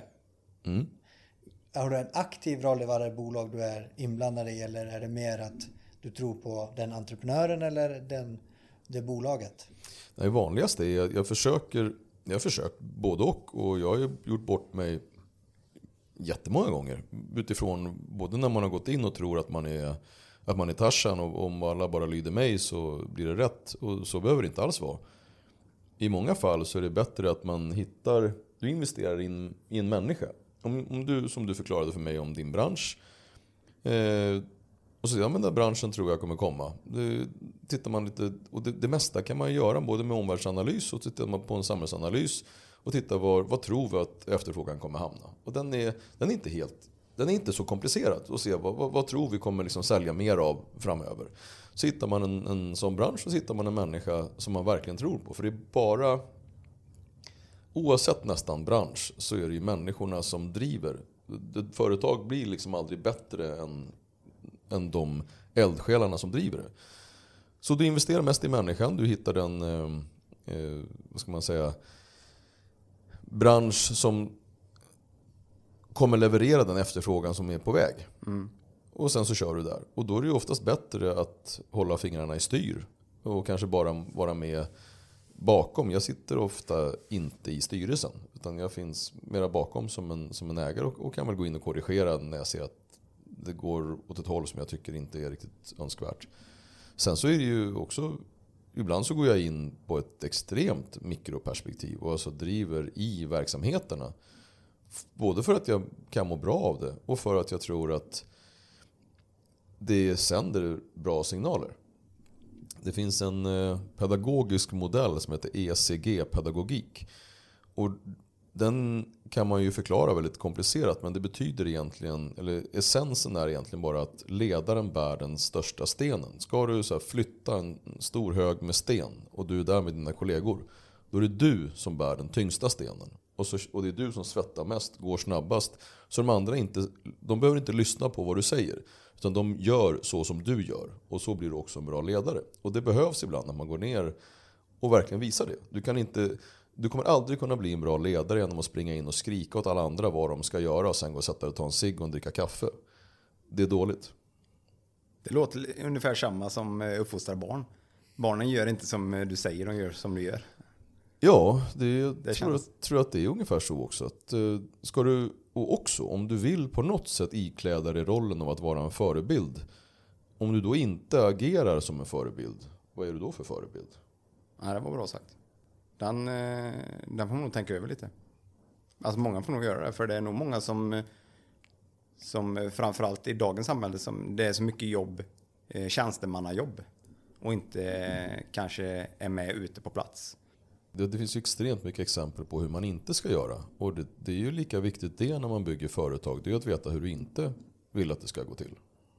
Har du en aktiv roll i varje bolag du är inblandad i, eller är det mer att du tror på den entreprenören eller det bolaget? Det vanligaste är jag försöker både och jag har gjort bort mig jättemånga gånger utifrån både när man har gått in och tror att man är Tarzan och om alla bara lyder mig så blir det rätt, och så behöver det inte alls vara. I många fall så är det bättre att du investerar i en människa. Om du, som du förklarade för mig om din bransch, och så men den branschen tror jag kommer komma. Tittar man lite, och det mesta kan man göra både med omvärldsanalys och tittar man på en samhällsanalys och tittar vad tror vi att efterfrågan kommer hamna. Och den är inte helt den är inte så komplicerad att se vad tror vi kommer liksom sälja mer av framöver. Så hittar man en sån bransch, så hittar man en människa som man verkligen tror på. För det är bara, oavsett nästan bransch, så är det ju människorna som driver. Ett företag blir liksom aldrig bättre än de eldsjälarna som driver det. Så du investerar mest i människan, du hittar den, vad ska man säga, bransch som kommer leverera den efterfrågan som är på väg. Och sen så kör du där. Och då är det ju oftast bättre att hålla fingrarna i styr och kanske bara vara med bakom. Jag sitter ofta inte i styrelsen, utan jag finns mera bakom som en ägare och kan väl gå in och korrigera när jag ser att det går åt ett håll som jag tycker inte är riktigt önskvärt. Sen så är det ju också, ibland så går jag in på ett extremt mikroperspektiv och alltså driver i verksamheterna. Både för att jag kan må bra av det och för att jag tror att det sänder bra signaler. Det finns en pedagogisk modell som heter ECG-pedagogik. Och den kan man ju förklara väldigt komplicerat, men det betyder egentligen, eller essensen är egentligen bara att ledaren bär den största stenen. Ska du så här flytta en stor hög med sten och du är där med dina kollegor, då är det du som bär den tyngsta stenen. Och det är du som svettar mest, går snabbast. Så de andra de behöver inte lyssna på vad du säger, utan de gör så som du gör. Och så blir du också en bra ledare. Och det behövs ibland när man går ner och verkligen visar det. Du kommer aldrig kunna bli en bra ledare genom att springa in och skrika åt alla andra vad de ska göra och sen gå och sätta dig och ta en cigg och dricka kaffe. Det är dåligt. Det låter ungefär samma som uppfostrar barn. Barnen gör inte som du säger, de gör som du gör. Ja, jag tror att det är ungefär så också. Att, ska du, och också om du vill på något sätt ikläda dig rollen av att vara en förebild. Om du då inte agerar som en förebild, vad är du då för förebild? Ja, det var bra sagt. Den får man nog tänka över lite. Alltså många får nog göra det, för det är nog många som framförallt i dagens samhälle, som det är så mycket jobb, tjänstemannajobb, och inte kanske är med ute på plats. Det finns ju extremt mycket exempel på hur man inte ska göra. Och det är ju lika viktigt det när man bygger företag. Det är att veta hur du inte vill att det ska gå till.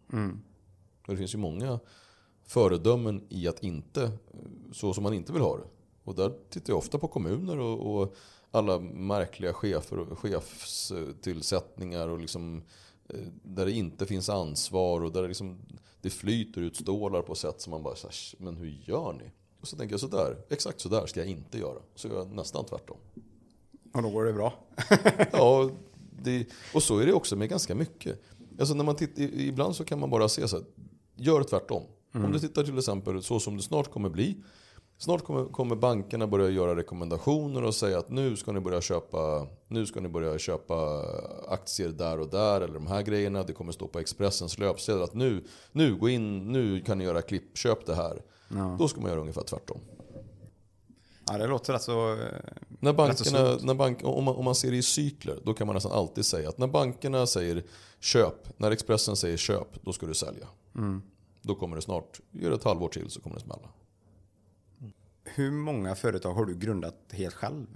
Och det finns ju många föredömen i att inte, så som man inte vill ha det. Och där tittar jag ofta på kommuner och alla märkliga chefer och chefstillsättningar och liksom, där det inte finns ansvar och där det flyter ut stålar på sätt som man bara säger, men hur gör ni? Och så tänker jag exakt så där ska jag inte göra. Så gör jag nästan tvärtom. Och då går det bra. Ja, och så är det också med ganska mycket. Alltså när man ibland så kan man bara se så här, gör tvärtom. Om du tittar till exempel så som det snart kommer bli. Snart kommer bankerna börja göra rekommendationer och säga att nu ska ni börja köpa aktier där och där, eller de här grejerna. Det kommer stå på Expressens löpsedel att nu gå in, nu kan ni göra klipp, köp det här. Ja. Då ska man göra ungefär tvärtom. Ja, det låter alltså. Om man ser det i cykler, då kan man nästan alltid säga att när bankerna säger köp, när Expressen säger köp, då ska du sälja. Då kommer det snart, gör ett halvår till så kommer det smälla. Hur många företag har du grundat helt själv?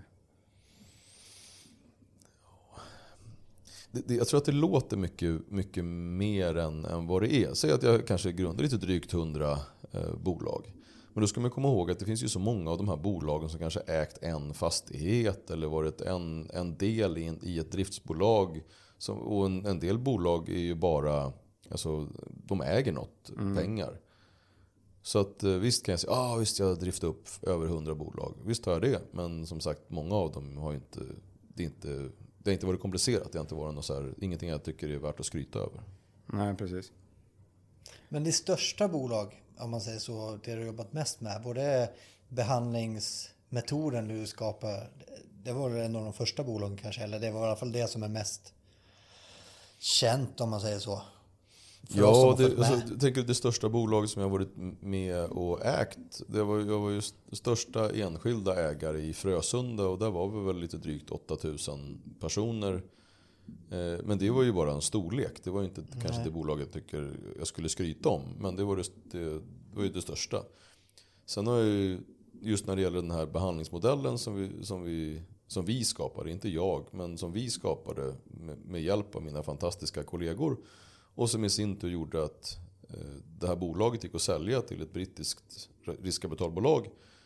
Jag tror att det låter mycket mer än vad det är. Säg att jag kanske grundar lite drygt 100 bolag. Men då ska man komma ihåg att det finns ju så många av de här bolagen som kanske ägt en fastighet eller varit en del i ett driftsbolag. Och en del bolag är ju bara, alltså, de äger något, pengar. Så att visst kan jag säga, visst jag driftar upp över 100 bolag. Visst har jag det, men som sagt, många av dem har inte, det har inte varit komplicerat. Det har inte varit något så här, ingenting jag tycker är värt att skryta över. Nej, precis. Men det största bolag, om man säger så, det du har jobbat mest med, både behandlingsmetoden du skapar, det var en av de första bolagen kanske, eller det var i alla fall det som är mest känt, om man säger så. Ja, jag tänker det största bolaget som jag har varit med och ägt, jag var ju största enskilda ägare i Frösunda, och där var vi väl lite drygt 8000 personer. Men det var ju bara en storlek. Det var inte kanske det bolaget jag tycker jag skulle skryta om, men det var ju det största. Sen har jag ju, just när det gäller den här behandlingsmodellen som som vi skapade, inte jag, men som vi skapade med hjälp av mina fantastiska kollegor. Och som i sin tur gjorde att det här bolaget gick att sälja till ett brittiskt riskkapitalbolag.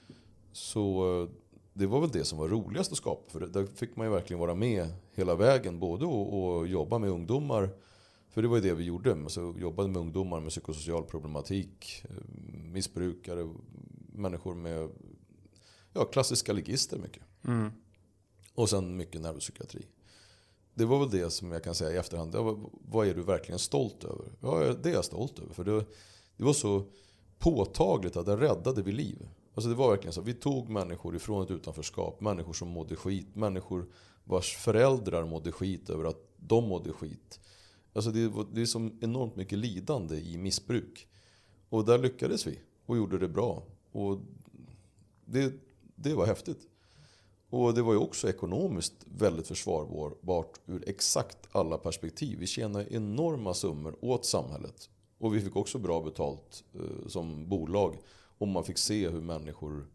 Så det var väl det som var roligast att skapa. För där fick man ju verkligen vara med hela vägen. Både och jobba med ungdomar. För det var ju det vi gjorde. Alltså, jobbade med ungdomar med psykosocial problematik. Missbrukare. Människor med klassiska ligister mycket. Mm. Och sen mycket nervpsykiatri. Det var väl det som jag kan säga i efterhand. Vad är du verkligen stolt över? Ja, det är jag stolt över. För det var så påtagligt att det räddade vi liv. Alltså det var verkligen så. Vi tog människor ifrån ett utanförskap. Människor som mådde skit. Människor vars föräldrar mådde skit över att de mådde skit. Alltså det är så enormt mycket lidande i missbruk. Och där lyckades vi. Och gjorde det bra. Och det var häftigt. Och det var ju också ekonomiskt väldigt försvarbart ur exakt alla perspektiv. Vi tjänade enorma summor åt samhället. Och vi fick också bra betalt som bolag. Om man fick se hur människor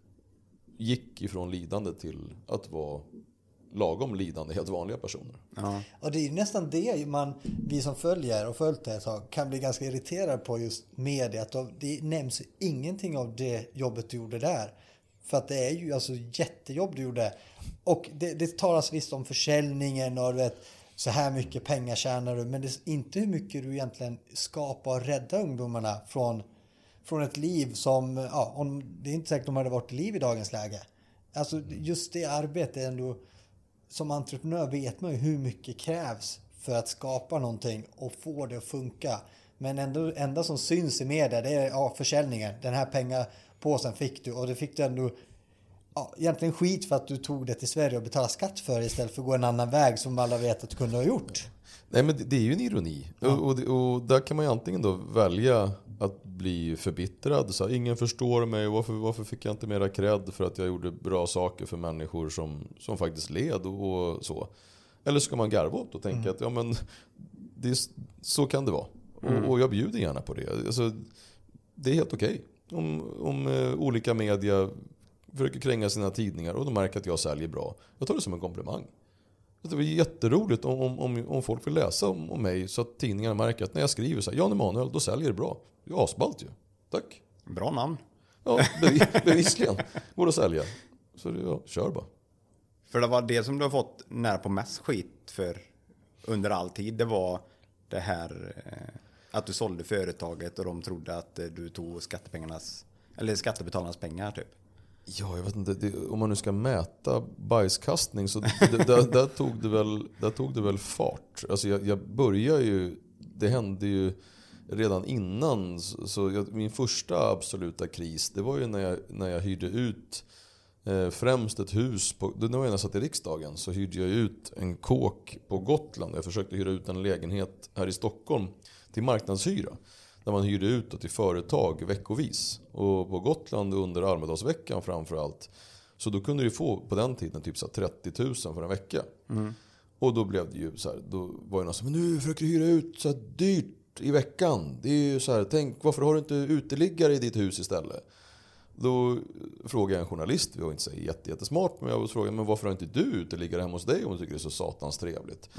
gick ifrån lidande till att vara lagom lidande, helt vanliga personer. Ja. Och det är nästan det vi som följer och följt det kan bli ganska irriterade på just media. Att det nämns ingenting av det jobbet du gjorde där. För att det är ju alltså jättejobb du gjorde. Och det talas visst om försäljningen och du vet, så här mycket pengar tjänar du. Men det är inte hur mycket du egentligen skapar och rädda ungdomarna från ett liv som, det är inte säkert de hade varit liv i dagens läge. Alltså just det arbetet ändå, som entreprenör vet man ju hur mycket krävs för att skapa någonting och få det att funka. Men enda som syns i media, det är försäljningen. Den här pengapåsen fick du, och det fick du ändå egentligen skit för att du tog det till Sverige och betalade skatt för istället för att gå en annan väg som alla vet att du kunde ha gjort. Nej, men det är ju en ironi. Ja. Och där kan man ju antingen då välja att bli förbittrad. Så här, ingen förstår mig. Varför fick jag inte mera cred för att jag gjorde bra saker för människor som faktiskt led och så. Eller ska man garva åt och tänka att så kan det vara. Och jag bjuder gärna på det. Alltså, det är helt okej. Om olika media försöker kränga sina tidningar och de märker att jag säljer bra. Jag tar det som en komplimang. Det är jätteroligt om folk vill läsa om mig så att tidningarna märker att när jag skriver så här, Jan Emanuel, då säljer det bra. Det är asballt ju. Tack. Bra namn. Ja, bevisligen. Går att sälja. Så kör bara. För det var det som du har fått när på mest skit för under all tid. Det var det här att du sålde företaget och de trodde att du tog skattebetalarnas pengar typ. Ja, jag vet inte. Om man nu ska mäta bajskastning så där tog det väl fart. Alltså jag började ju, det hände ju redan innan. Så min första absoluta kris, det var ju när jag hyrde ut främst ett hus. När jag satt i riksdagen så hyrde jag ut en kåk på Gotland. Jag försökte hyra ut en lägenhet här i Stockholm till marknadshyra. Där man hyrde ut till företag veckovis. Och på Gotland under Almedalsveckan framförallt. Så då kunde du få på den tiden typ så 30 000 för en vecka. Mm. Och då blev det ju så här, då var det någon som, men nu försöker du hyra ut så här dyrt i veckan. Det är ju så här, tänk varför har du inte uteliggare i ditt hus istället? Då frågade jag en journalist, vi var inte så jättesmart, men jag frågade, men varför har inte du uteliggare hemma hos dig om du tycker det är så satans trevligt?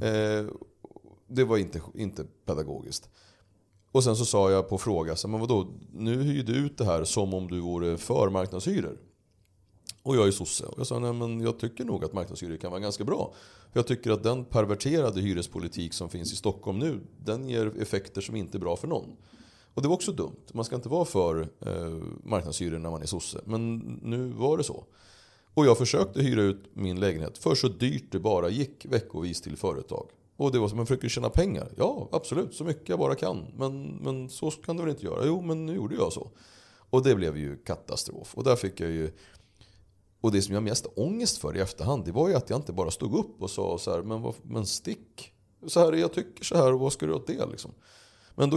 Det var inte pedagogiskt. Och sen så sa jag på fråga, men vadå, nu hyr du ut det här som om du vore för marknadshyror. Och jag är sosse. Och jag sa, nej men jag tycker nog att marknadshyror kan vara ganska bra. För jag tycker att den perverterade hyrespolitik som finns i Stockholm nu, den ger effekter som inte är bra för någon. Och det var också dumt. Man ska inte vara för marknadshyror när man är sosse. Men nu var det så. Och jag försökte hyra ut min lägenhet för så dyrt det bara gick veckovis till företag. Och det var som man försöker tjäna pengar. Ja, absolut. Så mycket jag bara kan. Men så kan du väl inte göra? Jo, men nu gjorde jag så. Och det blev ju katastrof. Och där fick jag ju... Och det som jag mest ångest för i efterhand, det var ju att jag inte bara stod upp och sa så här, men stick. Så här, jag tycker så här, och vad ska du åt det liksom? Men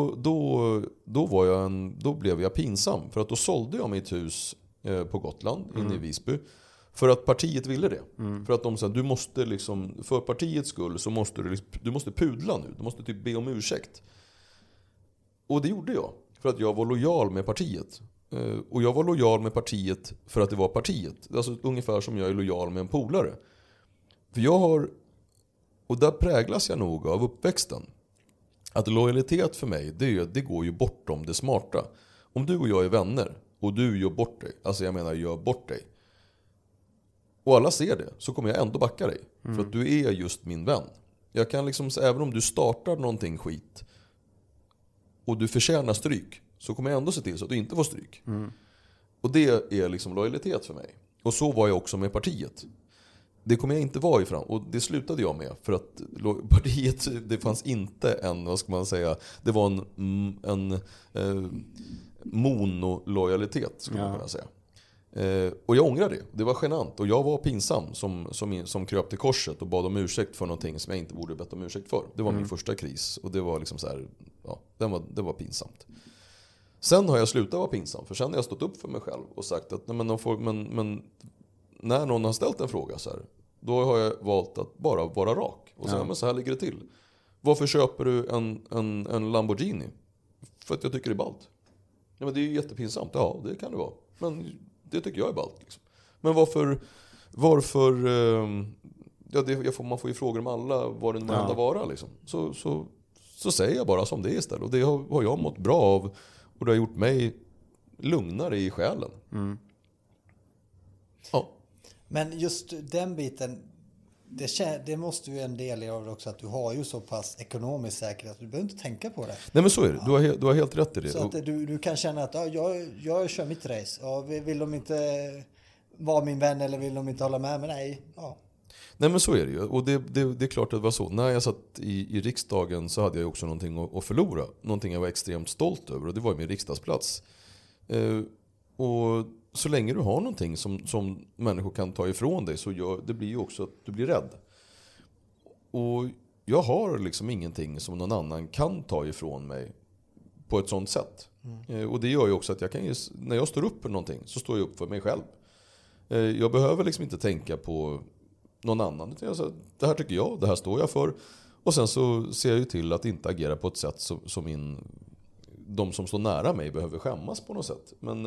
då blev jag pinsam. För att då sålde jag mitt hus på Gotland, inne i Visby. För att partiet ville det. För att de sa, du måste liksom, för partiets skull så måste du måste pudla nu. Du måste typ be om ursäkt. Och det gjorde jag. För att jag var lojal med partiet. Och jag var lojal med partiet för att det var partiet. Alltså ungefär som jag är lojal med en polare. För jag har, och där präglas jag nog av uppväxten, att lojalitet för mig, det går ju bortom det smarta. Om du och jag är vänner och du gör bort dig, alltså jag menar gör bort dig, och alla ser det, så kommer jag ändå backa dig. För att du är just min vän. Jag kan liksom, även om du startar någonting skit och du förtjänar stryk, så kommer jag ändå se till så att du inte får stryk. Och det är liksom lojalitet för mig. Och så var jag också med partiet. Det kommer jag inte vara i fram. Och det slutade jag med. För att partiet, det fanns inte en, vad ska man säga, det var en monolojalitet, skulle man kunna säga. Och jag ångrar det. Det var genant. Och jag var pinsam som kröp till korset och bad om ursäkt för någonting som jag inte borde bett om ursäkt för. Det var min första kris. Och det var liksom så här, ja, det var pinsamt. Sen har jag slutat vara pinsam. För sen har jag stått upp för mig själv och sagt att men när någon har ställt en fråga så här, då har jag valt att bara vara rak. Och säga, men så här ligger det till. Varför köper du en Lamborghini? För att jag tycker det är ballt. Ja, men det är ju jättepinsamt. Ja, det kan det vara. Men det tycker jag är ballt. Liksom. Men varför ja, man får ju frågor om alla, vad det nu måste vara. Liksom. Så säger jag bara som det är istället. Och det har jag mått bra av. Och det har gjort mig lugnare i själen. Ja. Men just den biten, det måste ju en del av det också, att du har ju så pass ekonomisk säkerhet att du behöver inte tänka på det. Nej, men så är det. Du har helt rätt i det. Så att du kan känna att jag kör mitt race. Ja, vill de inte vara min vän eller vill de inte hålla med mig? Nej. Ja. Nej, men så är det ju. Och det är klart att det var så. När jag satt i riksdagen så hade jag också någonting att förlora. Någonting jag var extremt stolt över. Och det var min riksdagsplats. Och så länge du har någonting som människor kan ta ifrån dig, så det blir ju också att du blir rädd. Och jag har liksom ingenting som någon annan kan ta ifrån mig på ett sånt sätt. Och det gör ju också att jag kan när jag står upp för någonting, så står jag upp för mig själv. Jag behöver liksom inte tänka på någon annan. Det här tycker jag, det här står jag för. Och sen så ser jag ju till att inte agera på ett sätt som de som står nära mig behöver skämmas på något sätt. Men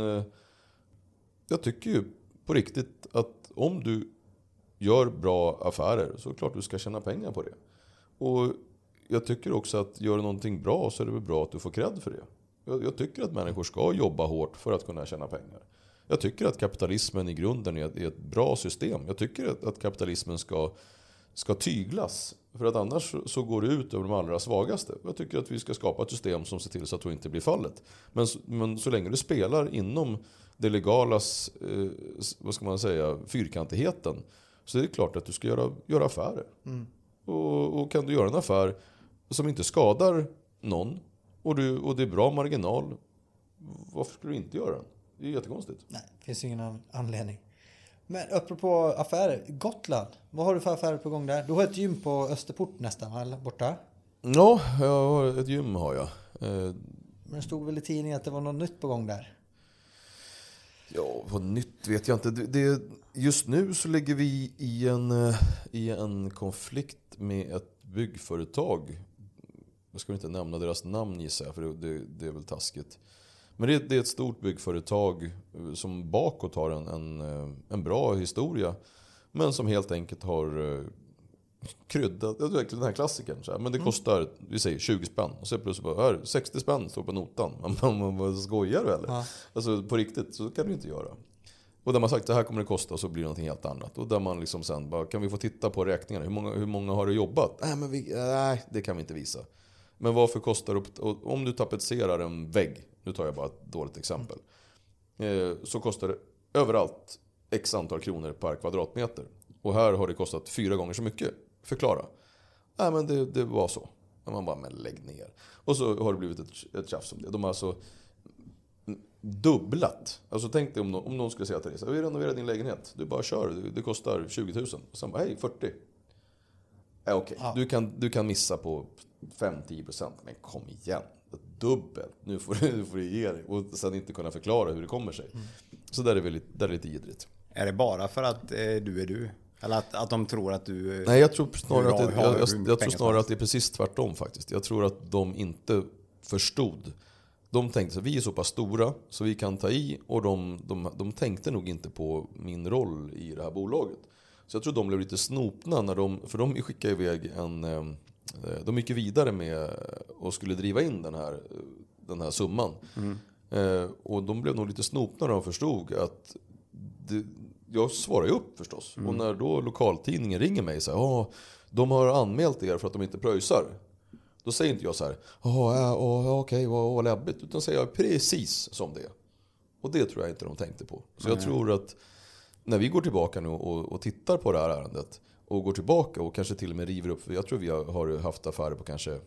jag tycker ju på riktigt att om du gör bra affärer, så är det klart du ska tjäna pengar på det. Och jag tycker också att gör du någonting bra, så är det väl bra att du får cred för det. Jag tycker att människor ska jobba hårt för att kunna tjäna pengar. Jag tycker att kapitalismen i grunden är ett bra system. Jag tycker att kapitalismen ska tyglas. För att annars så går det ut över de allra svagaste. Jag tycker att vi ska skapa ett system som ser till så att det inte blir fallet. Men så länge du spelar inom det legalas, vad ska man säga, fyrkantigheten, så är det klart att du ska göra affärer. Och kan du göra en affär som inte skadar någon och det är bra marginal, varför skulle du inte göra den? Det är jättekonstigt. Nej, det finns ingen anledning. Men apropå affärer, Gotland, vad har du för affärer på gång där? Du har ett gym på Österport nästan, eller borta? Ja, ett gym har jag. Men det stod väl i tidningen att det var något nytt på gång där? Ja, vad nytt vet jag inte. Just nu så ligger vi i en konflikt med ett byggföretag. Jag ska inte nämna deras namn, gissar jag, för det är väl taskigt. Men det är ett stort byggföretag som bakåt har en bra historia, men som helt enkelt har kryddat, det är verkligen den här klassikern. Så här. Men det kostar, vi säger 20 spänn. Och så plötsligt bara, här, 60 spänn står på notan. Man skojar du eller? Ja. Alltså på riktigt, så kan du inte göra. Och där man sagt, det här kommer det kosta, och så blir det någonting helt annat. Och där man liksom sen bara, kan vi få titta på räkningarna? Hur många har du jobbat? Nej, det kan vi inte visa. Men varför kostar det, om du tapetserar en vägg, nu tar jag bara ett dåligt exempel, så kostar det överallt x antal kronor per kvadratmeter. Och här har det kostat 4 gånger så mycket. Förklara. Nej, men det var så. Man bara, men lägg ner. Och så har det blivit ett tjafs om det. De har alltså dubblat. Alltså tänk dig om någon skulle säga till dig, vi renoverar din lägenhet. Du bara kör, det kostar 20 000. Och sen bara, hej, 40. Okej. Ja. Du kan missa på 5-10%. Men kom igen. Dubbelt. Nu får du ge dig. Och sen inte kunna förklara hur det kommer sig. Så där är lite idrigt. Är det bara för att du är du? Eller att de tror att du... Nej, jag tror snarare att det är precis tvärtom faktiskt. Jag tror att de inte förstod de tänkte så vi är så pass stora så vi kan ta i, och de tänkte nog inte på min roll i det här bolaget. Så jag tror de blev lite snopna för de skickade iväg de gick vidare med och skulle driva in den här summan. Och de blev nog lite snopna när de förstod att jag svarar ju upp förstås. Och när då lokaltidningen ringer mig så här, de har anmält er för att de inte pröjsar. Då säger inte jag så här, okej, vad läbbigt. Utan säger jag precis som det är. Och det tror jag inte de tänkte på. Så jag tror att när vi går tillbaka nu och tittar på det här ärendet och går tillbaka och kanske till och med river upp, för jag tror vi har haft affärer på kanske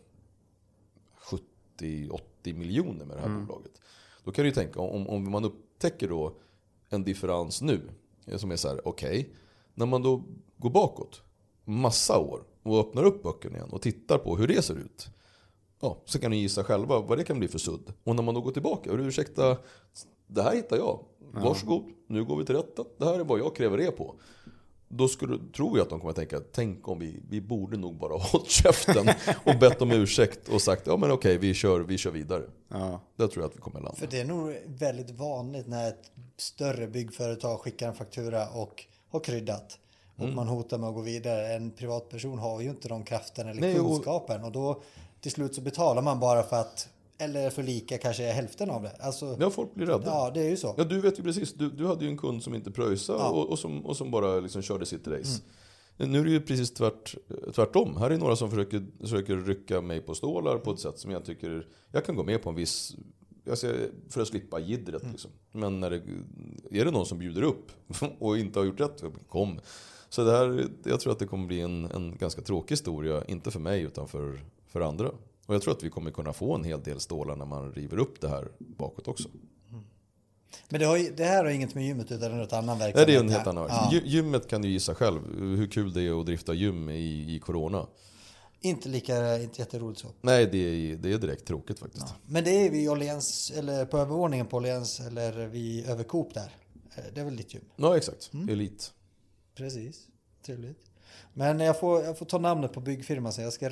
70-80 miljoner med det här bolaget. Då kan du ju tänka, om man upptäcker då en differens nu som är så här, okej, när man då går bakåt massa år och öppnar upp böckerna igen och tittar på hur det ser ut, så kan ni gissa själva vad det kan bli för sudd. Och när man då går tillbaka, ursäkta, det här hittar jag, varsågod, nu går vi till rätten, det här är vad jag kräver det på. Då tror jag att de kommer att tänka, tänk om vi borde nog bara hållit käften och bett om ursäkt och sagt, men okej, vi kör vidare. Ja. Det tror jag att vi kommer att landa. För det är nog väldigt vanligt när ett större byggföretag skickar en faktura och har kryddat. Och man hotar med att gå vidare. En privatperson har ju inte de kraften eller kunskapen. Och då till slut så betalar man bara för att, eller för lika kanske hälften av det. Alltså, folk blir rädda. Ja, det är ju så. Ja, du vet ju precis. Du hade ju en kund som inte pröjsade och som bara liksom körde sitt race. Nu är det ju precis tvärtom. Här är några som försöker rycka mig på stålar på ett sätt som jag tycker jag kan gå med på en viss, för att slippa jiddret liksom. Men är det någon som bjuder upp och inte har gjort rätt, kom. Så det här, jag tror att det kommer bli en ganska tråkig historia, inte för mig utan för andra. Och jag tror att vi kommer kunna få en hel del stålar när man river upp det här bakåt också. Men det här har inget med gymmet utan något annan verksamhet. Nej, det är en helt annan verksamhet. Ja. Gymmet kan du gissa själv hur kul det är att drifta gym i corona. Inte jätteroligt så. Nej, det är direkt tråkigt faktiskt. Ja. Men det är vid Åhléns, eller på övervåningen på Åhléns, eller vid överkop där. Det är väl ditt gym? Ja, exakt. Elit. Precis. Trevligt. Men jag får ta namnet på byggfirman så jag ska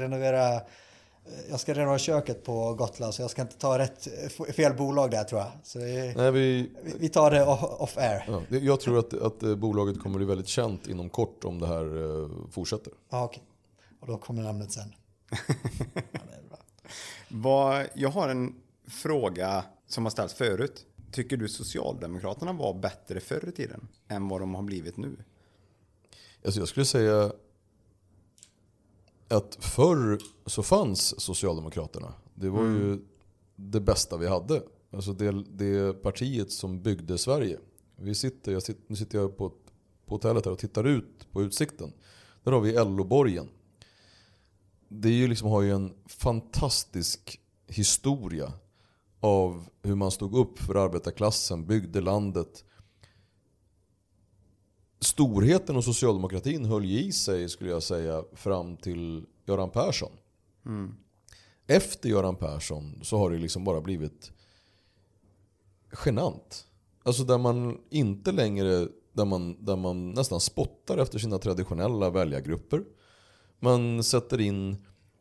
renovera köket på Gotland, så jag ska inte ta fel bolag där tror jag. Så vi tar det off air. Ja, jag tror att bolaget kommer bli väldigt känt inom kort om det här fortsätter. Ja, okej. Och då kommer namnet sen. Ja, det är bra. Jag har en fråga som har ställts förut. Tycker du Socialdemokraterna var bättre förr i tiden än vad de har blivit nu? Alltså jag skulle säga att förr så fanns Socialdemokraterna. Det var ju det bästa vi hade. Alltså det partiet som byggde Sverige. Nu sitter jag på hotellet här och tittar ut på utsikten. Där har vi LO-borgen. Det är ju liksom, har ju en fantastisk historia av hur man stod upp för arbetarklassen, byggde landet. Storheten och socialdemokratin höll i sig, skulle jag säga, fram till Göran Persson. Efter Göran Persson så har det liksom bara blivit genant. Alltså där man inte längre, där man nästan spottar efter sina traditionella väljargrupper. Man sätter in,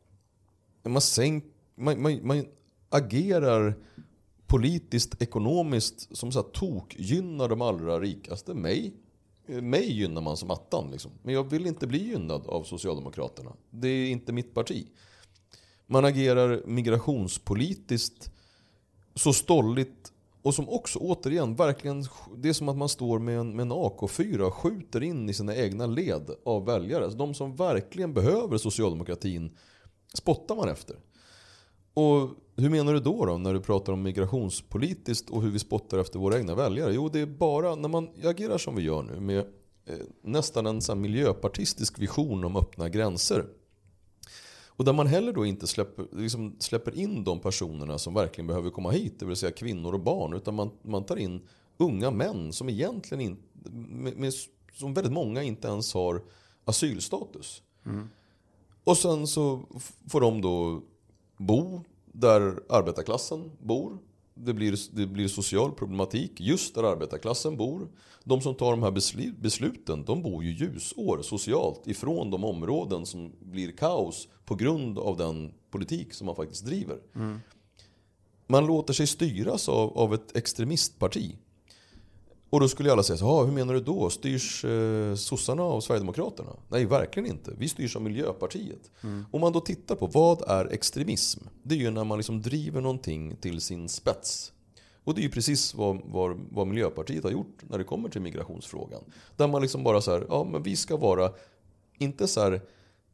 man agerar politiskt, ekonomiskt som så här tokgynnar de allra rikaste. Mig gynnar man som attan liksom. Men jag vill inte bli gynnad av Socialdemokraterna. Det är inte mitt parti. Man agerar migrationspolitiskt så stolligt, och som också återigen verkligen, det är som att man står med en AK4 och skjuter in i sina egna led av väljare. Alltså de som verkligen behöver socialdemokratin spottar man efter. Och hur menar du då när du pratar om migrationspolitiskt och hur vi spottar efter våra egna väljare? Jo, det är bara när man agerar som vi gör nu med nästan en sån miljöpartistisk vision om öppna gränser. Och där man heller då inte släpper in de personerna som verkligen behöver komma hit, det vill säga kvinnor och barn, utan man tar in unga män som egentligen som väldigt många inte ens har asylstatus. Och sen så får de då bo där arbetarklassen bor. Det blir social problematik just där arbetarklassen bor. De som tar de här besluten, de bor ju ljusår socialt ifrån de områden som blir kaos på grund av den politik som man faktiskt driver. man låter sig styras av ett extremistparti. Och då skulle alla säga så, hur menar du då? Styrs sossarna av Sverigedemokraterna? Nej, verkligen inte. Vi styrs av Miljöpartiet. Om man då tittar på vad är extremism? Det är ju när man liksom driver någonting till sin spets. Och det är ju precis vad Miljöpartiet har gjort när det kommer till migrationsfrågan. Där man liksom bara så här, men vi ska vara inte så här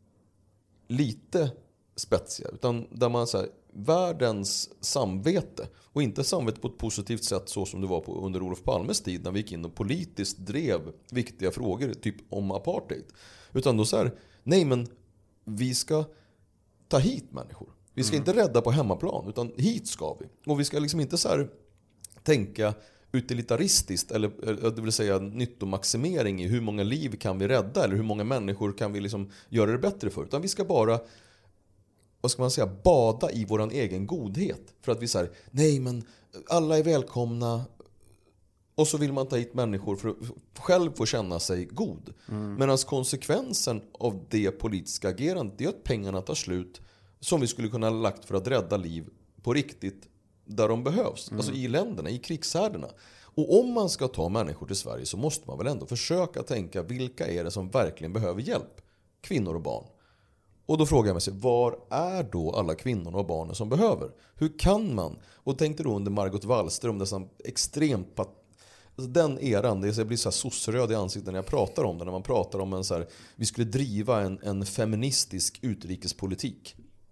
lite spetsiga, utan där man så här, världens samvete, och inte samvete på ett positivt sätt så som det var under Olof Palmes tid när vi gick in och politiskt drev viktiga frågor typ om apartheid, utan då så här, nej men vi ska ta hit människor. Vi ska inte rädda på hemmaplan, utan hit ska vi. Och vi ska liksom inte så här tänka utilitaristiskt, eller det vill säga nyttomaximering i hur många liv kan vi rädda eller hur många människor kan vi liksom göra det bättre för, utan vi ska bara, vad ska man säga, bada i våran egen godhet. För att vi säger, nej men alla är välkomna, och så vill man ta hit människor för att själv få känna sig god. Medan konsekvensen av det politiska agerandet är att pengarna tar slut som vi skulle kunna ha lagt för att rädda liv på riktigt där de behövs. Alltså i länderna, i krigshärderna. Och om man ska ta människor till Sverige så måste man väl ändå försöka tänka, vilka är det som verkligen behöver hjälp? Kvinnor och barn. Och då frågar jag mig sig, var är då alla kvinnorna och barnen som behöver? Hur kan man? Och tänkte då under Margot Wallström, dessa extremt alltså den eran, jag blir så här sossröd i ansiktet när jag pratar om det. När man pratar om så här, vi skulle driva en feministisk utrikespolitik.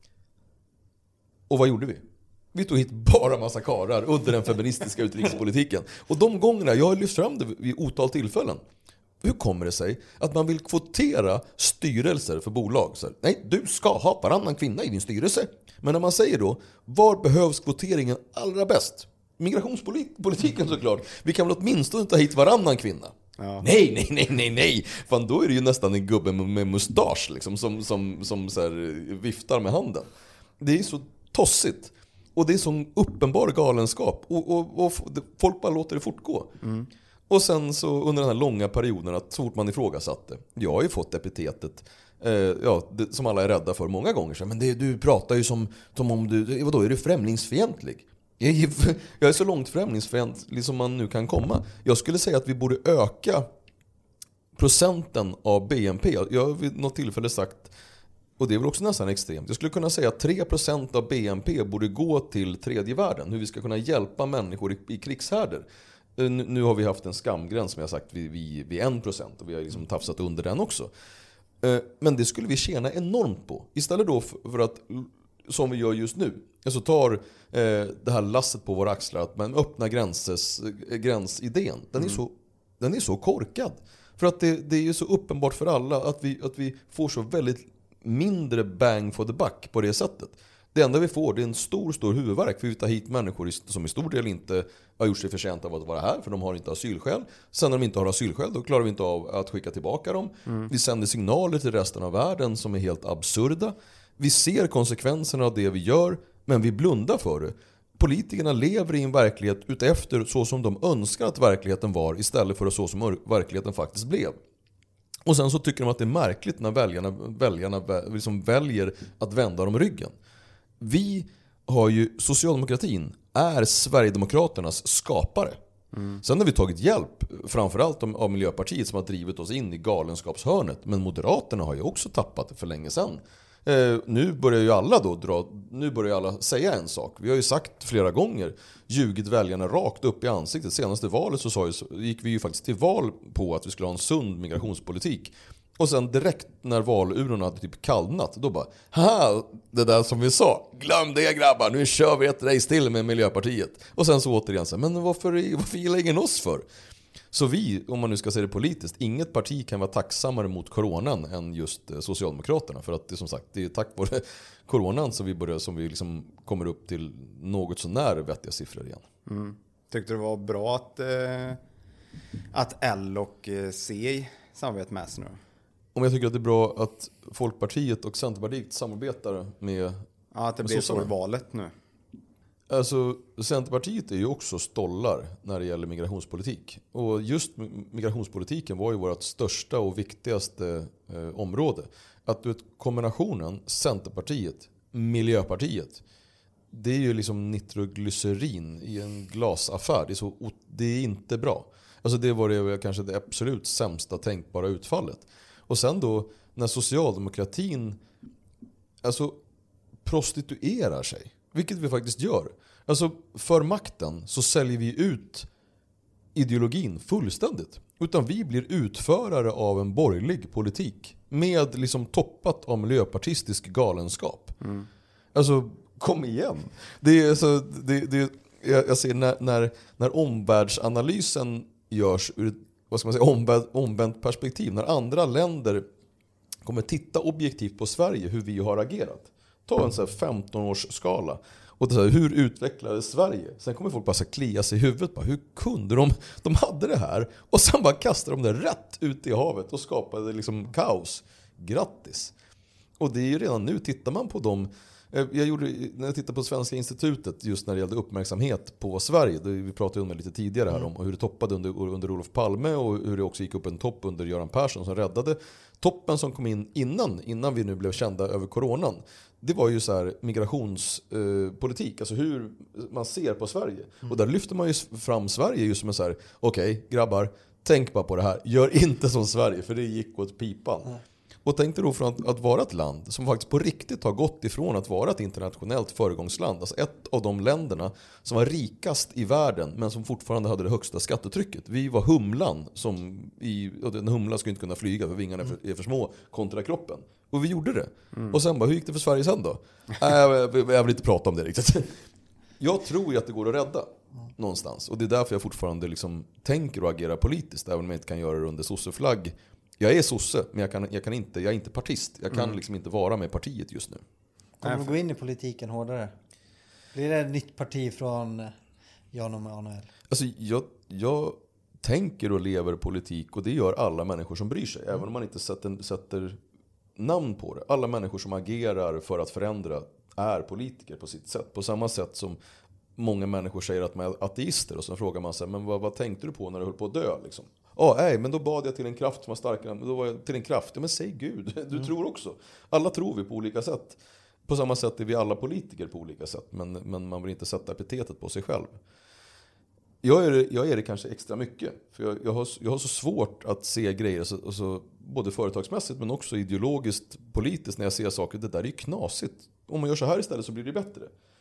Och vad gjorde vi? Vi tog hit bara massa karar under den feministiska utrikespolitiken. Och de gångerna, jag har lyft fram det vid otal tillfällen. Hur kommer det sig att man vill kvotera styrelser för bolag? Så här, nej, du ska ha varannan kvinna i din styrelse. Men när man säger då, var behövs kvoteringen allra bäst? Migrationspolitiken såklart. Vi kan väl åtminstone ta hit varannan kvinna. Ja. Nej. Fan, då är det ju nästan en gubbe med mustasch liksom, som så här, viftar med handen. Det är så tossigt. Och det är sån uppenbar galenskap. Och folk bara låter det fortgå. Och sen så under den här långa perioden att så fort man ifrågasatte. Jag har ju fått epitetet som alla är rädda för många gånger. Så, men du pratar ju som om du, vadå, är du främlingsfientlig? Jag är så långt främlingsfientlig som man nu kan komma. Jag skulle säga att vi borde öka procenten av BNP. Jag har vid något tillfälle sagt, och det är väl också nästan extremt, jag skulle kunna säga att 3% av BNP borde gå till tredje världen. Hur vi ska kunna hjälpa människor i krigshärder. Nu har vi haft en skamgräns som jag sagt vid 1%, och vi har liksom tafsat under den också. Men det skulle vi tjäna enormt på. Istället då för att, som vi gör just nu, alltså tar det här lasset på våra axlar, att man öppnar gränsidén. Den är så korkad. För att det är ju så uppenbart för alla att vi får så väldigt mindre bang for the buck på det sättet. Det enda vi får, det är en stor huvudvärk, för vi tar hit människor som i stor del inte har gjort sig förtjänta av att vara här, för de har inte asylskäl. Sen när de inte har asylskäl, då klarar vi inte av att skicka tillbaka dem. Vi sänder signaler till resten av världen som är helt absurda. Vi ser konsekvenserna av det vi gör, men vi blundar för det. Politikerna lever i en verklighet utefter så som de önskar att verkligheten var, istället för så som verkligheten faktiskt blev. Och sen så tycker de att det är märkligt när väljarna liksom väljer att vända dem ryggen. Vi har ju, socialdemokratin är Sverigedemokraternas skapare. Sen har vi tagit hjälp framförallt av Miljöpartiet som har drivit oss in i galenskapshörnet. Men Moderaterna har ju också tappat för länge sedan. Nu börjar ju alla säga en sak. Vi har ju sagt flera gånger, ljugit väljarna rakt upp i ansiktet. Senaste valet så gick vi ju faktiskt till val på att vi skulle ha en sund migrationspolitik. Och sen direkt när valurnorna hade typ kallnat, då bara, haha, det där som vi sa, glöm det grabbar, nu kör vi ett race till med Miljöpartiet. Och sen så återigen så, men varför gillar ingen oss för? Så vi, om man nu ska säga det politiskt, inget parti kan vara tacksammare mot coronan än just Socialdemokraterna. För att det, som sagt, det är tack vare coronan som vi liksom kommer upp till något så när vettiga siffror igen. Tyckte det var bra att L och C samarbetar med sig nu? Om jag tycker att det är bra att Folkpartiet och Centerpartiet samarbetar med... Ja, att det blir så i valet nu. Alltså, Centerpartiet är ju också stollar när det gäller migrationspolitik. Och just migrationspolitiken var ju vårt största och viktigaste område. Att kombinationen Centerpartiet, Miljöpartiet, det är ju liksom nitroglycerin i en glasaffär. Det är inte bra. Alltså det var det kanske det absolut sämsta tänkbara utfallet. Och sen då när socialdemokratin alltså prostituerar sig, vilket vi faktiskt gör. Alltså för makten så säljer vi ut ideologin fullständigt. Utan vi blir utförare av en borgerlig politik med liksom toppat av miljöpartistisk galenskap. Alltså kom igen. Det är så jag ser när omvärldsanalysen görs ur ett, vad ska man säga, omvänt perspektiv, när andra länder kommer titta objektivt på Sverige, hur vi har agerat. Ta en så här 15-års skala. Och det här, hur utvecklades Sverige? Sen kommer folk bara så klia sig i huvudet. Bara, hur kunde de hade det här? Och sen bara kastade de det rätt ut i havet och skapade liksom kaos. Grattis! Och det är ju redan nu, tittar man på dem. När jag tittade på Svenska institutet just när det gällde uppmärksamhet på Sverige. Vi pratade om det lite tidigare här om hur det toppade under Olof Palme och hur det också gick upp en topp under Göran Persson som räddade. Toppen som kom in innan vi nu blev kända över coronan. Det var ju så här migrationspolitik, alltså hur man ser på Sverige. Och där lyfter man ju fram Sverige just som en så här, okej, grabbar, tänk bara på det här. Gör inte som Sverige, för det gick åt pipan. Och tänk dig då från att vara ett land som faktiskt på riktigt har gått ifrån att vara ett internationellt föregångsland. Alltså ett av de länderna som var rikast i världen men som fortfarande hade det högsta skattetrycket. Vi var humlan och en humla skulle inte kunna flyga för vingarna är för små kontra kroppen. Och vi gjorde det. Och sen bara, hur gick det för Sverige sen då? Jag vill inte prata om det riktigt. Jag tror ju att det går att rädda någonstans. Och det är därför jag fortfarande liksom tänker och agerar politiskt, även om jag inte kan göra det under sosseflagg. Jag är sosse, men jag är inte partist. Jag kan liksom inte vara med partiet just nu. Kommer du gå in i politiken hårdare? Blir det ett nytt parti från Jan och Manuel? Alltså jag tänker och lever politik, och det gör alla människor som bryr sig. Även om man inte sätter namn på det. Alla människor som agerar för att förändra är politiker på sitt sätt. På samma sätt som många människor säger att man är ateister, och så frågar man sig, men vad tänkte du på när du höll på att dö liksom? Men då bad jag till en kraft som var starkare. Då var jag till en kraft. Ja, men säg Gud. Du tror också. Alla tror vi på olika sätt. På samma sätt är vi alla politiker på olika sätt. Men man vill inte sätta epitetet på sig själv. Jag är det kanske extra mycket. För jag har så svårt att se grejer. Alltså, både företagsmässigt men också ideologiskt, politiskt. När jag ser saker. Det där är ju knasigt. Om man gör så här istället så blir det bättre.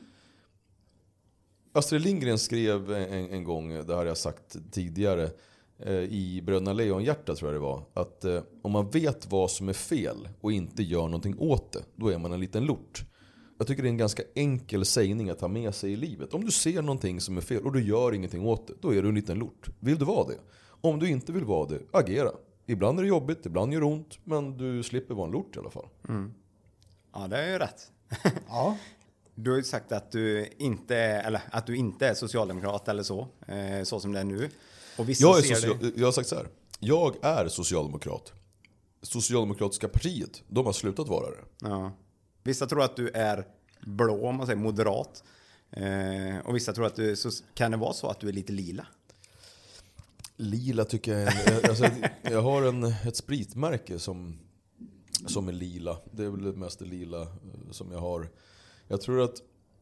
Astrid Lindgren skrev en gång, det har jag sagt tidigare, i Bröderna Lejonhjärta tror jag det var, att om man vet vad som är fel och inte gör någonting åt det, då är man en liten lort. Jag tycker det är en ganska enkel sägning att ha med sig i livet. Om du ser någonting som är fel och du gör ingenting åt det, då är du en liten lort. Vill du vara det? Om du inte vill vara det, agera. Ibland är det jobbigt, ibland gör det ont, men du slipper vara en lort i alla fall. Ja, det är ju rätt. Ja. Du har ju sagt att du inte är socialdemokrat eller så som det är nu. Och vissa jag har sagt så här. Jag är socialdemokrat. Socialdemokratiska partiet, de har slutat vara det. Ja. Vissa tror att du är blå, om man säger moderat. Och vissa tror att kan det vara så att du är lite lila? Lila tycker jag jag har ett spritmärke som är lila. Det är väl det mest lila som jag har. Jag tror att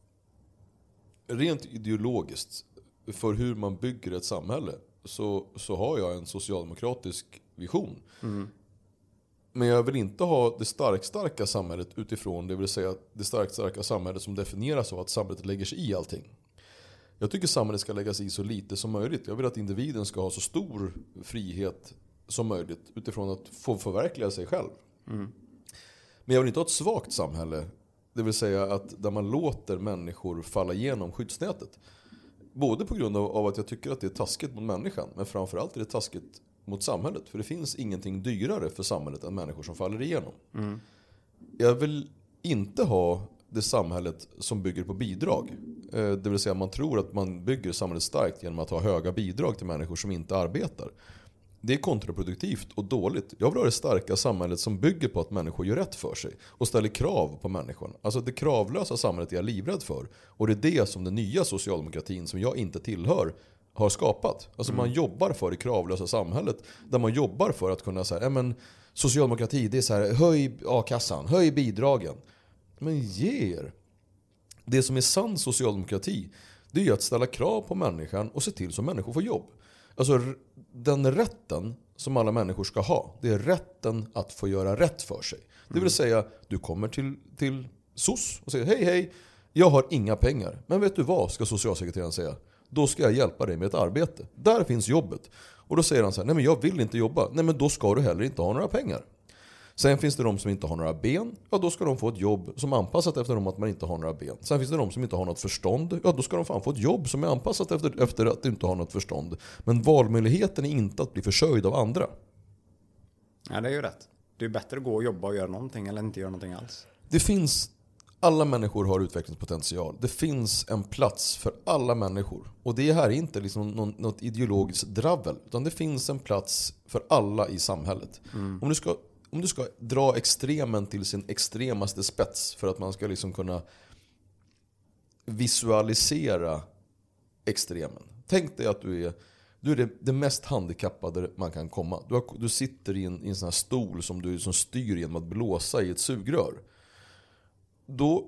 rent ideologiskt för hur man bygger ett samhälle så har jag en socialdemokratisk vision. Men jag vill inte ha det starka samhället utifrån, det vill säga det starka samhället som definieras av att samhället lägger sig i allting. Jag tycker samhället ska lägga sig i så lite som möjligt. Jag vill att individen ska ha så stor frihet som möjligt utifrån att få förverkliga sig själv. Men jag vill inte ha ett svagt samhälle. Det vill säga att där man låter människor falla igenom skyddsnätet. Både på grund av att jag tycker att det är taskigt mot människan, men framförallt är det taskigt mot samhället. För det finns ingenting dyrare för samhället än människor som faller igenom. Jag vill inte ha det samhället som bygger på bidrag. Det vill säga man tror att man bygger samhället starkt genom att ha höga bidrag till människor som inte arbetar. Det är kontraproduktivt och dåligt. Jag vill ha det starka samhället som bygger på att människor gör rätt för sig och ställer krav på människorna. Alltså det kravlösa samhället är jag livrädd för. Och det är det som den nya socialdemokratin som jag inte tillhör har skapat. Alltså man jobbar för det kravlösa samhället där man jobbar för att kunna säga, men socialdemokrati det är så här, höj a-kassan, höj bidragen. Men ge er. Det som är sann socialdemokrati, det är ju att ställa krav på människan och se till så människor får jobb. Alltså den rätten som alla människor ska ha, det är rätten att få göra rätt för sig. Det vill säga, du kommer till SOS och säger hej, jag har inga pengar. Men vet du vad, ska socialsekreteraren säga? Då ska jag hjälpa dig med ett arbete. Där finns jobbet. Och då säger han så här, nej men jag vill inte jobba. Nej men då ska du heller inte ha några pengar. Sen finns det de som inte har några ben. Ja, då ska de få ett jobb som är anpassat efter dem att man inte har några ben. Sen finns det de som inte har något förstånd. Ja, då ska de fan få ett jobb som är anpassat efter att du inte har något förstånd. Men valmöjligheten är inte att bli försörjd av andra. Ja, det är ju rätt. Det är bättre att gå och jobba och göra någonting eller inte göra någonting alls. Det finns, alla människor har utvecklingspotential. Det finns en plats för alla människor. Och det här är inte liksom något ideologiskt dravel. Utan det finns en plats för alla i samhället. Om du ska dra extremen till sin extremaste spets för att man ska liksom kunna visualisera extremen. Tänk dig att du är det mest handikappade man kan komma. Du sitter i en sån här stol som styr genom att blåsa i ett sugrör. Då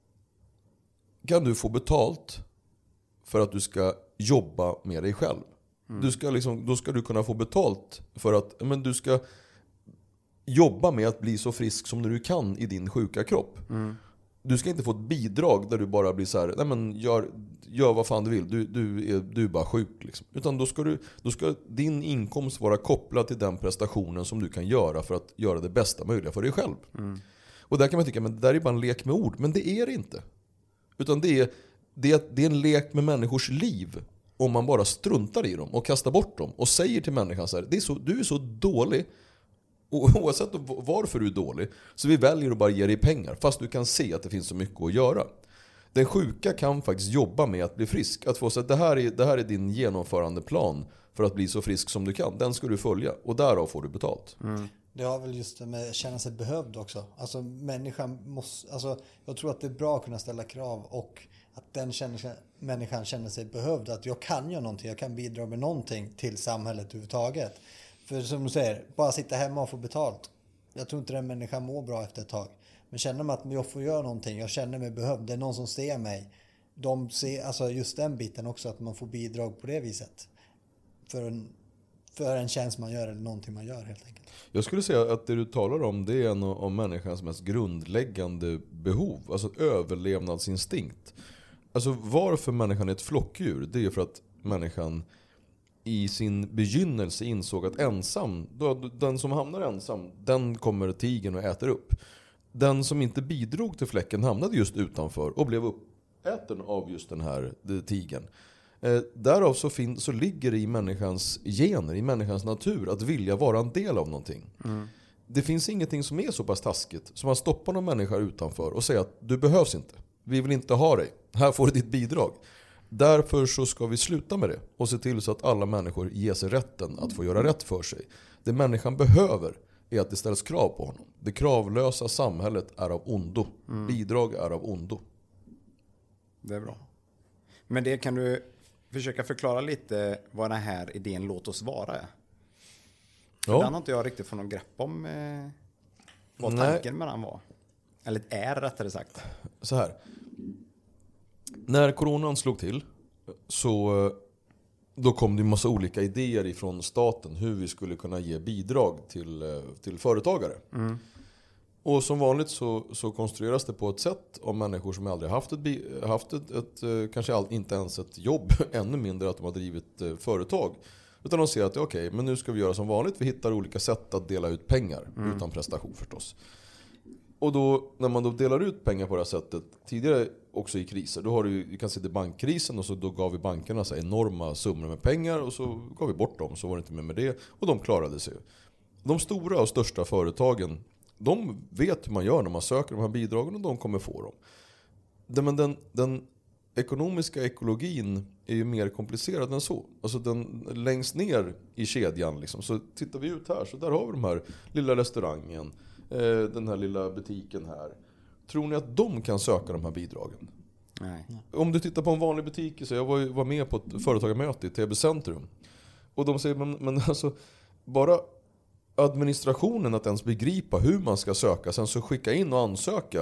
kan du få betalt för att du ska jobba med dig själv. Då ska du kunna få betalt för att du ska jobba med att bli så frisk som du kan i din sjuka kropp. Du ska inte få ett bidrag där du bara blir så här, nej men gör vad fan du vill. Du är bara sjuk liksom. Utan då ska din inkomst vara kopplad till den prestationen som du kan göra för att göra det bästa möjliga för dig själv. Och där kan man tycka, men det där är bara en lek med ord. Men det är det inte. Utan det är en lek med människors liv. Om man bara struntar i dem och kastar bort dem. Och säger till människan så här, du är så dålig. Och oavsett varför du är dålig. Så vi väljer att bara ge dig pengar. Fast du kan se att det finns så mycket att göra. Den sjuka kan faktiskt jobba med att bli frisk. Att få säga, det här är din genomförandeplan för att bli så frisk som du kan. Den ska du följa. Och därav får du betalt. Det har väl just det med att känna sig behövd också. Alltså människan måste, alltså jag tror att det är bra att kunna ställa krav och att människan känner sig behövd. Att jag kan göra någonting, jag kan bidra med någonting till samhället överhuvudtaget. För som du säger, bara sitta hemma och få betalt. Jag tror inte den människan mår bra efter ett tag. Men känner man att jag får göra någonting, jag känner mig behövd, det är någon som ser mig. De ser, alltså just den biten också, att man får bidrag på det viset. För en tjänst man gör eller någonting man gör helt enkelt. Jag skulle säga att det du talar om, det är en av människans mest grundläggande behov. Alltså överlevnadsinstinkt. Alltså varför människan är ett flockdjur, det är för att människan i sin begynnelse insåg att den som hamnar ensam, den kommer tigern och äter upp. Den som inte bidrog till fläcken hamnade just utanför och blev uppäten av just den här tigern. Därav så ligger det i människans gener, i människans natur att vilja vara en del av någonting. Det finns ingenting som är så pass taskigt som att stoppa någon människa utanför och säga att du behövs inte. Vi vill inte ha dig. Här får du ditt bidrag. Därför så ska vi sluta med det och se till så att alla människor ger sig rätten att få göra rätt för sig. Det människan behöver är att det ställs krav på honom. Det kravlösa samhället är av ondo. Bidrag är av ondo. Det är bra. Men det kan du försöka förklara lite vad den här idén låt oss vara är. Ja. Den har inte jag riktigt fått någon grepp om vad tanken med den var. Eller är rättare sagt. Så här. När coronan slog till så då kom det en massa olika idéer ifrån staten hur vi skulle kunna ge bidrag till företagare. Och som vanligt så konstrueras det på ett sätt av människor som aldrig haft ett kanske inte ens ett jobb, ännu mindre att de har drivit företag. Utan de ser att okej, men nu ska vi göra som vanligt. Vi hittar olika sätt att dela ut pengar utan prestation förstås. Och då, när man då delar ut pengar på det här sättet, tidigare också i kriser, då har du kan se det bankkrisen och så då gav vi bankerna så enorma summor med pengar och så gav vi bort dem, så var det inte med det och de klarade sig. De stora och största företagen, de vet hur man gör när man söker de här bidragen och de kommer få dem. Men den ekonomiska ekologin är ju mer komplicerad än så. Alltså den längst ner i kedjan liksom, så tittar vi ut här, så där har vi de här lilla restaurangen, den här lilla butiken här. Tror ni att de kan söka de här bidragen? Nej. Om du tittar på en vanlig butik, så jag var med på ett företagarmöte i TB Centrum. Och de säger, men alltså bara administrationen att ens begripa hur man ska söka, sen så skicka in och ansöka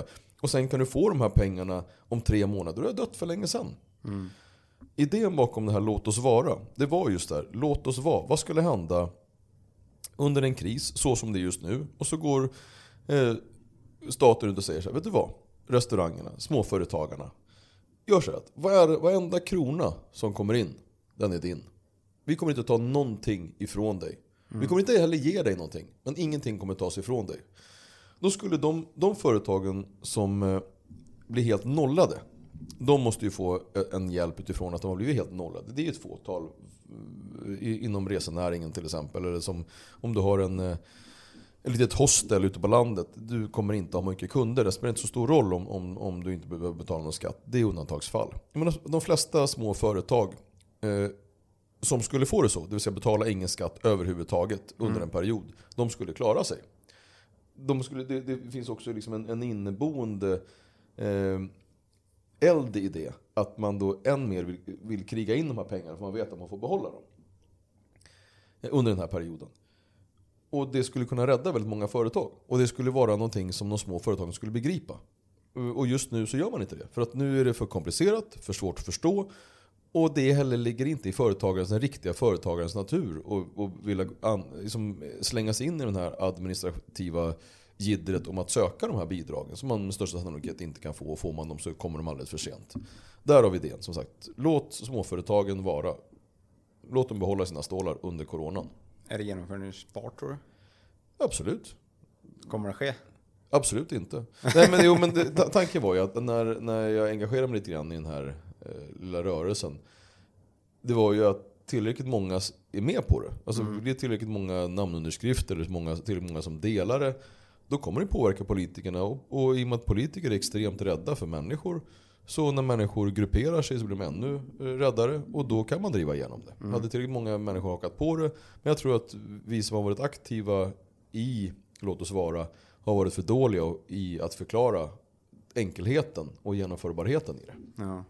Och sen kan du få de här pengarna om 3 månader. Du har dött för länge sedan. Idén bakom det här låt oss vara, det var just där. Låt oss vara. Vad skulle hända under en kris så som det är just nu? Och så går staten ut och säger så här, vet du vad? Restaurangerna, småföretagarna. Gör så här att varenda krona som kommer in, den är din. Vi kommer inte ta någonting ifrån dig. Vi kommer inte heller ge dig någonting. Men ingenting kommer tas ifrån dig. Då skulle de företagen som blir helt nollade, de måste ju få en hjälp utifrån att de har blivit helt nollade. Det är ett fåtal inom resenäringen till exempel. Eller som om du har en litet hostel ute på landet. Du kommer inte ha mycket kunder. Det spelar inte så stor roll om du inte behöver betala någon skatt. Det är undantagsfall. Men de flesta små företag som skulle få det så, det vill säga betala ingen skatt överhuvudtaget under en period, de skulle klara sig. Det finns också liksom en inneboende eld i det, att man då än mer vill kriga in de här pengarna för man vet att man får behålla dem under den här perioden. Och det skulle kunna rädda väldigt många företag. Och det skulle vara någonting som de små företagen skulle begripa. Och just nu så gör man inte det. För att nu är det för komplicerat, för svårt att förstå. Och det heller ligger inte i den riktiga företagarens natur. Och vilja liksom slänga sig in i den här administrativa jiddret om att söka de här bidragen. Som man med största sannolikhet inte kan få. Och får man dem så kommer de alldeles för sent. Där har vi idén, som sagt. Låt småföretagen vara. Låt dem behålla sina stålar under coronan. Är det genomförningsbart, tror du? Absolut. Kommer det ske? Absolut inte. Nej, men tanken var ju att när jag engagerade mig lite grann i den här lilla rörelsen, det var ju att tillräckligt många är med på det. Alltså det är tillräckligt många namnunderskrifter eller tillräckligt många som delar det. Då kommer det påverka politikerna. Och i och med att politiker är extremt rädda för människor, så när människor grupperar sig så blir de ännu räddare. Och då kan man driva igenom det. Hade tillräckligt många människor hakat på det. Men jag tror att vi som har varit aktiva i Låt oss vara har varit för dåliga i att förklara enkelheten och genomförbarheten i det. Ja.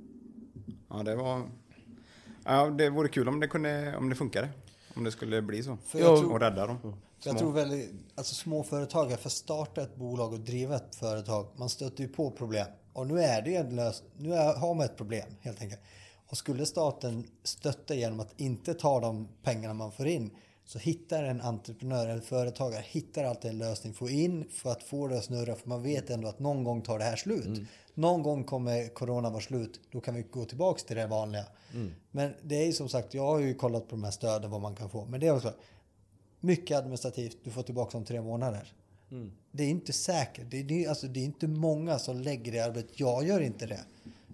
Ja, det var... Ja, det vore kul om det funkade. Om det skulle bli så. Och rädda dem. Jag tror väl, alltså småföretagare, för att starta ett bolag och driva ett företag, man stöter ju på problem. Och nu är det ju nu har man ett problem helt enkelt. Och skulle staten stötta genom att inte ta de pengarna man får in, så hittar en entreprenör eller företagare alltid en lösning för att få det att snurra. För man vet ändå att någon gång tar det här slut. Någon gång kommer corona vara slut. Då kan vi gå tillbaka till det vanliga. Men det är ju som sagt, jag har ju kollat på de här stöden vad man kan få. Men det är också mycket administrativt. Du får tillbaka om 3 månader. Det är inte säkert. Det är inte många som lägger det arbetet. Jag gör inte det.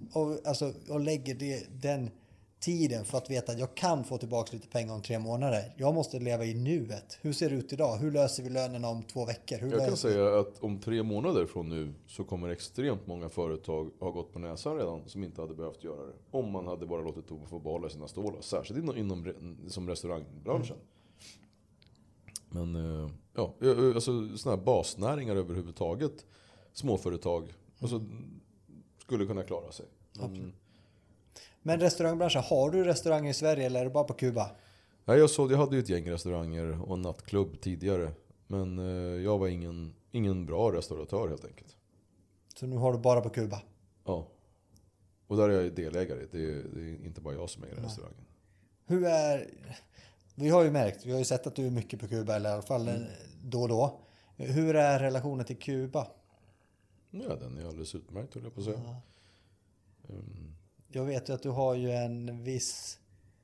Och lägger den tiden för att veta att jag kan få tillbaka lite pengar om 3 månader. Jag måste leva i nuet. Hur ser det ut idag? Hur löser vi lönerna om 2 veckor? Jag kan säga att om 3 månader från nu så kommer extremt många företag ha gått på näsan redan som inte hade behövt göra det. Om man hade bara låtit dem få behålla sina stålar. Särskilt inom som restaurangbranschen. Men alltså sådana här basnäringar överhuvudtaget, småföretag, alltså, skulle kunna klara sig. Men restaurangbranschen, har du restauranger i Sverige eller är det bara på Kuba? Ja, jag hade ju ett gäng restauranger och en nattklubb tidigare. Men jag var ingen bra restauratör helt enkelt. Så nu har du bara på Kuba? Ja. Och där är jag delägare. Det är inte bara jag som äger restaurangen. Vi har ju sett att du är mycket på Kuba, eller i alla fall då och då. Hur är relationen till Kuba? Ja, den är alldeles utmärkt, höll jag på att säga. Jag vet ju att du har ju en viss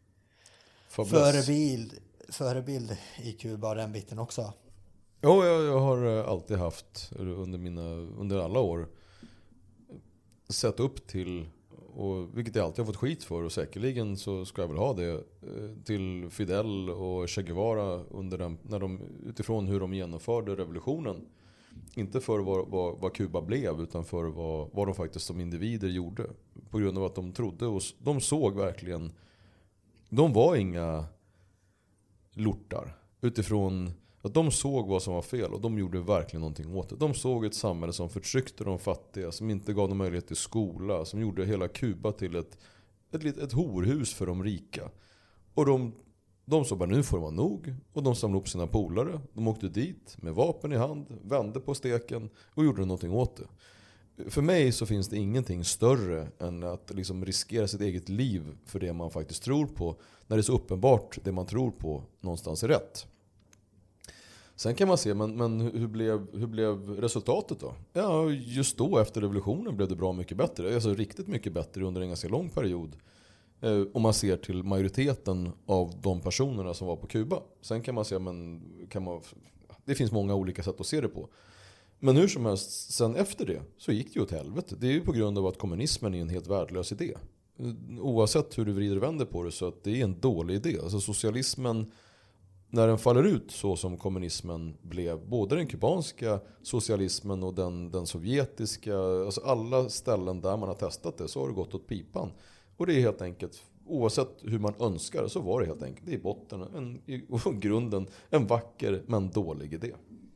förebild i Kuba och den biten också. Ja, jag har alltid haft under alla år sett upp till, och vilket jag alltid har fått skit för, och säkerligen så ska jag väl ha det, till Fidel och Che Guevara när de utifrån hur de genomförde revolutionen. Inte för vad Kuba blev, utan för vad de faktiskt som individer gjorde. På grund av att de trodde och de såg verkligen, de var inga lortar. Utifrån att de såg vad som var fel och de gjorde verkligen någonting åt det. De såg ett samhälle som förtryckte de fattiga, som inte gav dem möjlighet till skola, som gjorde hela Kuba till ett horhus för de rika. Och de sa bara, nu får det vara nog. Och de samlade upp sina polare. De åkte dit med vapen i hand, vände på steken och gjorde någonting åt det. för mig så finns det ingenting större än att liksom riskera sitt eget liv för det man faktiskt tror på. När det är så uppenbart det man tror på någonstans är rätt. Sen kan man se, men hur blev resultatet då? Ja, just då efter revolutionen blev det bra mycket bättre. Alltså riktigt mycket bättre under en ganska lång period. Om man ser till majoriteten av de personerna som var på Kuba. Sen kan man se, det finns många olika sätt att se det på. Men hur som helst, sen efter det så gick det ju åt helvete. Det är ju på grund av att kommunismen är en helt värdelös idé. Oavsett hur du vrider och vänder på det, så att det är en dålig idé. Alltså socialismen, när den faller ut så som kommunismen blev, både den kubanska socialismen och den sovjetiska, alltså alla ställen där man har testat det, så har det gått åt pipan. Och det är helt enkelt, oavsett hur man önskar, så var det helt enkelt i botten och grunden en vacker men dålig idé.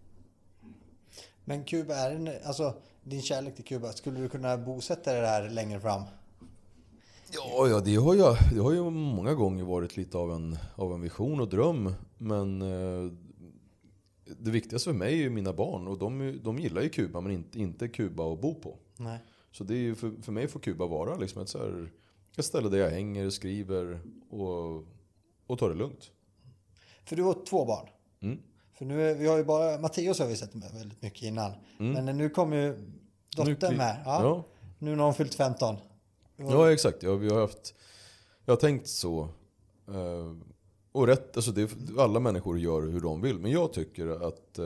Men Kuba alltså din kärlek till Kuba, skulle du kunna bosätta dig där längre fram? Ja, det har ju många gånger varit lite av en vision och dröm. Men det viktigaste för mig är ju mina barn. Och de gillar ju Kuba, men inte Kuba att bo på. Nej. Så det är ju för mig får Kuba vara liksom ett ställe där jag hänger, skriver och tar det lugnt. För du har 2 barn. Mm. För nu, vi har ju bara Matteus har vi sett väldigt mycket innan. Men nu kommer ju dottern med. Ja. Nu när hon fyllt 15. Ja, exakt. Ja, jag har tänkt så. Och rätt, alltså alla människor gör hur de vill. Men jag tycker att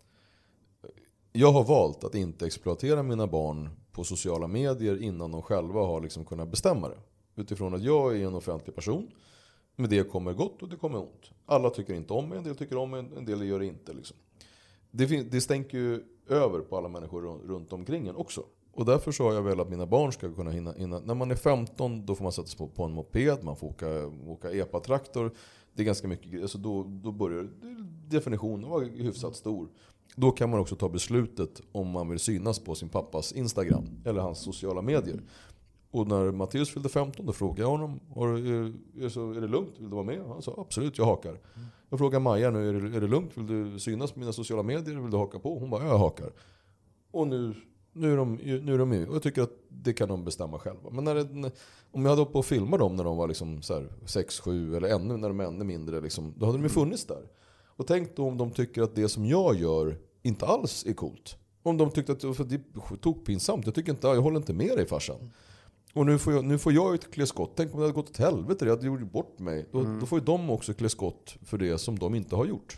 jag har valt att inte exploatera mina barn på sociala medier innan de själva har liksom kunnat bestämma det. Utifrån att jag är en offentlig person. Med det kommer gott och det kommer ont. Alla tycker inte om mig, en del tycker om mig, en del gör det inte. Liksom. Det stänker ju över på alla människor runt omkring en också. Och därför så har jag velat att mina barn ska kunna hinna. När man är 15 då får man sätta sig på en moped, man får åka epa-traktor. Det är ganska mycket, alltså då börjar definitionen vara hyfsat stor. Då kan man också ta beslutet om man vill synas på sin pappas Instagram eller hans sociala medier. Och när Matteus fyllde 15 då frågade jag honom, är det lugnt? Vill du vara med? Han sa absolut, jag hakar. Jag frågade Maja nu, är det lugnt? Vill du synas på mina sociala medier? Vill du haka på? Hon bara, jag hakar. Och nu är de med. Och jag tycker att det kan de bestämma själva. Men om jag hade på att filma dem när de var liksom så här 6-7 eller ännu när de är ännu mindre, liksom, då hade de ju funnits där. Och tänk då om de tycker att det som jag gör inte alls är coolt. Om de tyckte att för det tog pinsamt. Jag håller inte med dig farsan. Och nu får jag ett klä skott. Tänk om det hade gått till helvete. Jag hade gjort bort mig. Då får ju de också klä skott för det som de inte har gjort.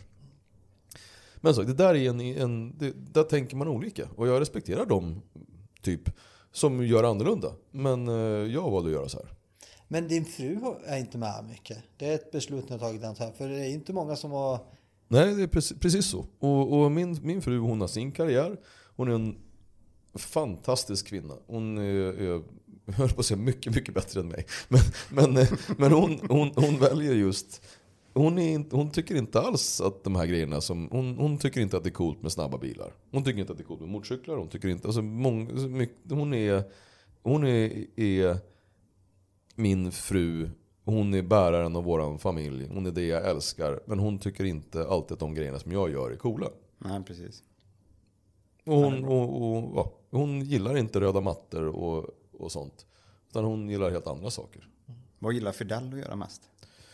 Men så, det där är där tänker man olika. Och jag respekterar dem typ som gör annorlunda. Men jag valde att göra så här. Men din fru är inte med mycket. Det är ett beslut ni har tagit den här. För det är inte många som har... Nej, det är precis så. Och min fru, hon har sin karriär. Hon är en fantastisk kvinna. Hon är jag höll på att säga mycket, mycket bättre än mig. Men hon väljer just... Hon tycker inte alls att de här grejerna som... Hon tycker inte att det är coolt med snabba bilar. Hon tycker inte att det är coolt med motorcyklar. Hon tycker inte... Alltså hon är min fru. Hon är bäraren av våran familj. Hon är det jag älskar. Men hon tycker inte alltid att de grejerna som jag gör är coola. Nej, precis. Och hon gillar inte röda mattor och sånt. Utan hon gillar helt andra saker. Vad gillar Fidel att göra mest?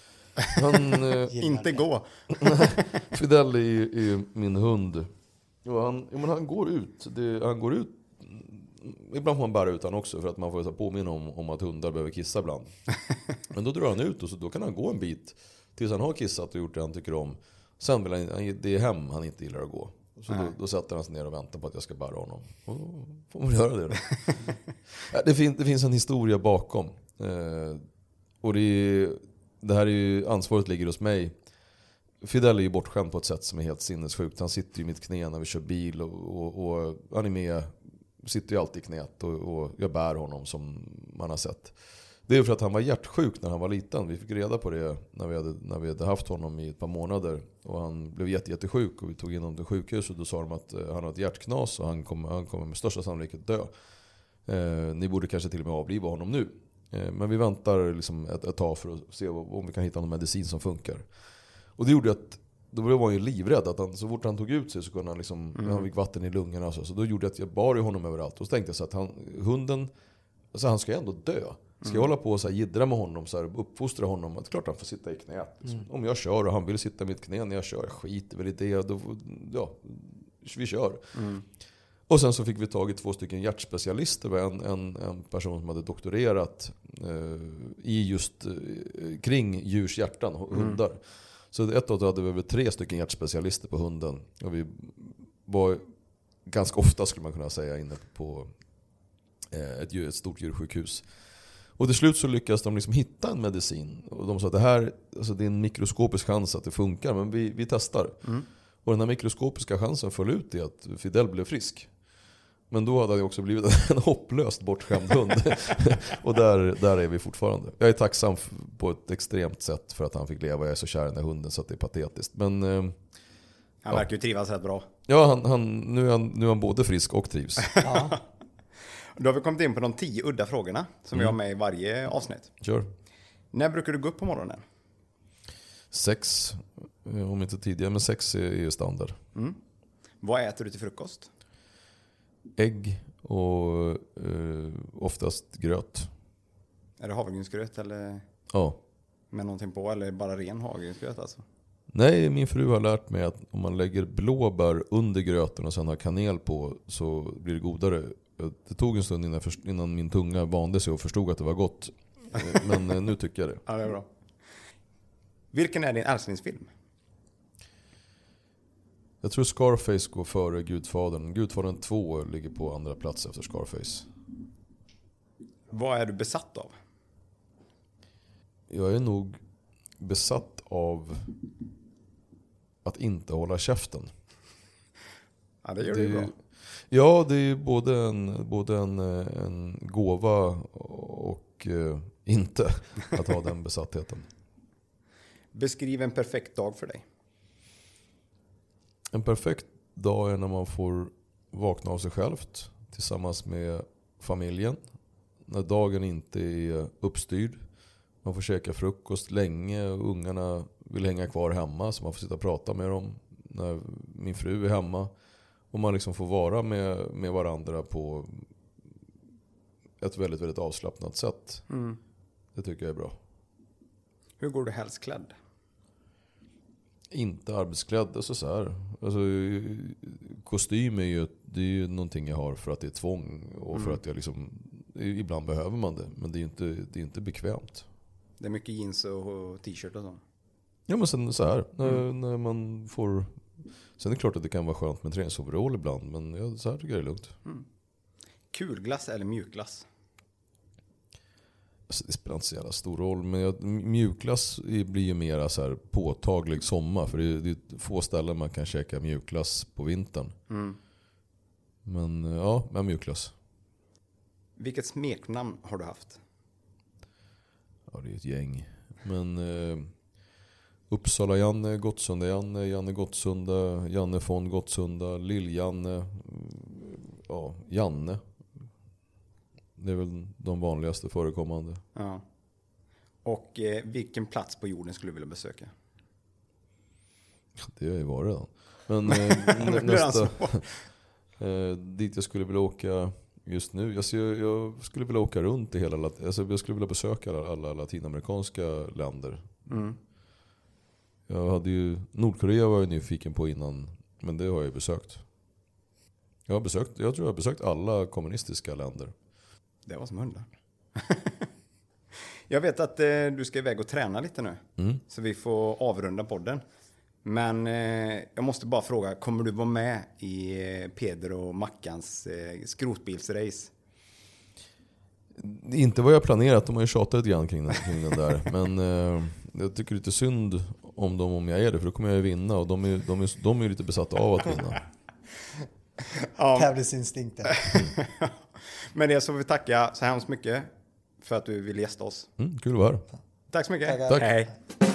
Inte gå. Fidel är min hund. Och han går ut. Han går ut. Ibland får man bära ut han också för att man får påminna om att hundar behöver kissa ibland. Men då drar han ut och så då kan han gå en bit tills han har kissat och gjort det han tycker om. Sen vill det är hem han inte gillar att gå. Så då sätter han sig ner och väntar på att jag ska bära honom. Och får man göra det då. Det finns en historia bakom. Och det här är ju, ansvaret ligger hos mig. Fidel är ju bortskämd på ett sätt som är helt sinnessjukt. Han sitter i mitt knä när vi kör bil och han är med, sitter ju alltid i knät och jag bär honom som man har sett. Det är för att han var hjärtsjuk när han var liten. Vi fick reda på det när vi hade haft honom i ett par månader. Och han blev jättesjuk och vi tog in honom till sjukhus. Och då sa de att han har ett hjärtknas och han kommer med största sannolikhet dö. Ni borde kanske till och med avliva honom nu. Men vi väntar liksom ett tag för att se om vi kan hitta någon medicin som funkar. Och det gjorde att då var han ju livrädd att så fort han tog ut sig så kunde han liksom, han fick vatten i lungorna och så då gjorde jag att jag bar i honom överallt. Och så tänkte jag så att hunden, alltså han ska ju ändå dö. Ska jag hålla på och så här jiddra med honom, så här, uppfostra honom, att klart han får sitta i knät. Liksom. Om jag kör och han vill sitta i mitt knä när jag kör, jag skiter väl i det, då, ja, vi kör. Och sen så fick vi tag i 2 stycken hjärtspecialister, en person som hade doktorerat i just kring djurs hjärtan och hundar. Så ett år hade vi över 3 stycken hjärtspecialister på hunden. Och vi var ganska ofta, skulle man kunna säga, inne på ett stort djursjukhus. Och till slut så lyckades de liksom hitta en medicin. Och de sa att det här, alltså det är en mikroskopisk chans att det funkar, men vi testar. Och den här mikroskopiska chansen föll ut i att Fidel blev frisk. Men då hade han också blivit en hopplöst bortskämd hund. Och där är vi fortfarande. Jag är tacksam på ett extremt sätt för att han fick leva. Jag är så kär i den här hunden så att det är patetiskt. Men han verkar ju trivas rätt bra. Ja, nu är han både frisk och trivs. Ja. Då har vi kommit in på de 10 udda frågorna som vi har med i varje avsnitt. Kör. När brukar du gå upp på morgonen? 6, om inte tidigare, men 6 är ju standard. Vad äter du till frukost? Ägg och oftast gröt. Är det havregrynsgröt eller Ja. med någonting på, eller bara ren havregrynsgröt alltså? Nej, min fru har lärt mig att om man lägger blåbär under gröten och sen har kanel på så blir det godare. Det tog en stund innan min tunga vande sig och förstod att det var gott. Men nu tycker jag det. Ja, det är bra. Vilken är din älsklingsfilm? Jag tror Scarface går före Gudfadern. Gudfadern 2 ligger på andra plats efter Scarface. Vad är du besatt av? Jag är nog besatt av att inte hålla käften. Ja, det gör du bra. Ja, det är både en gåva och inte att ha den besattheten. Beskriv en perfekt dag för dig. En perfekt dag är när man får vakna av sig självt tillsammans med familjen. När dagen inte är uppstyrd. Man får käka frukost länge och ungarna vill hänga kvar hemma så man får sitta och prata med dem när min fru är hemma. Och man liksom får vara med varandra på ett väldigt, väldigt avslappnat sätt. Det tycker jag är bra. Hur går du helst klädd? Inte arbetsklädd, alltså så här. Alltså, kostym är ju någonting jag har för att det är tvång och för att jag liksom, ibland behöver man det, men det är inte bekvämt. Det är mycket jeans och t-shirt och så. Ja, men sen så här när man får. Sen är det klart att det kan vara skönt med träningsoverall ibland, men så här tycker jag det är lugnt. Kulglass eller mjukglass? Alltså, det spelar inte så jävla stor roll, men mjukglass blir ju mer så här påtaglig sommar, för det är få ställen man kan käka mjukglass på vintern. Men ja, mjukglass. Vilket smeknamn har du haft? Ja, det är ett gäng. Men Uppsala-Janne, Gottsunda-Janne, Janne Gottsunda, Janne von Gottsunda, Lill-Janne, ja, Janne. Det är väl de vanligaste förekommande. Ja. Och vilken plats på jorden skulle du vilja besöka? Det har ju varit redan. Men nästa dit jag skulle vilja åka just nu. Alltså, jag skulle vilja åka runt i hela, alltså, jag skulle vilja besöka alla latinamerikanska länder. Jag hade ju Nordkorea var jag nyfiken på innan, men det har jag ju besökt. Jag tror jag har besökt alla kommunistiska länder. Det var som hundar. Jag vet att du ska iväg och träna lite nu. Så vi får avrunda podden. Men jag måste bara fråga, kommer du vara med i Pedro och Mackans skrotbilsrace? Inte vad jag planerat, de har ju tjatat lite grann kring den där. Men jag tycker lite synd om dem om jag är det, för då kommer jag ju vinna. Och de är ju lite besatta av att vinna. Tävlingsinstinkten. Men det så får vi tacka så hemskt mycket för att du ville gästa oss. Kul att vara här. Tack så mycket. Tackar. Tack. Hej.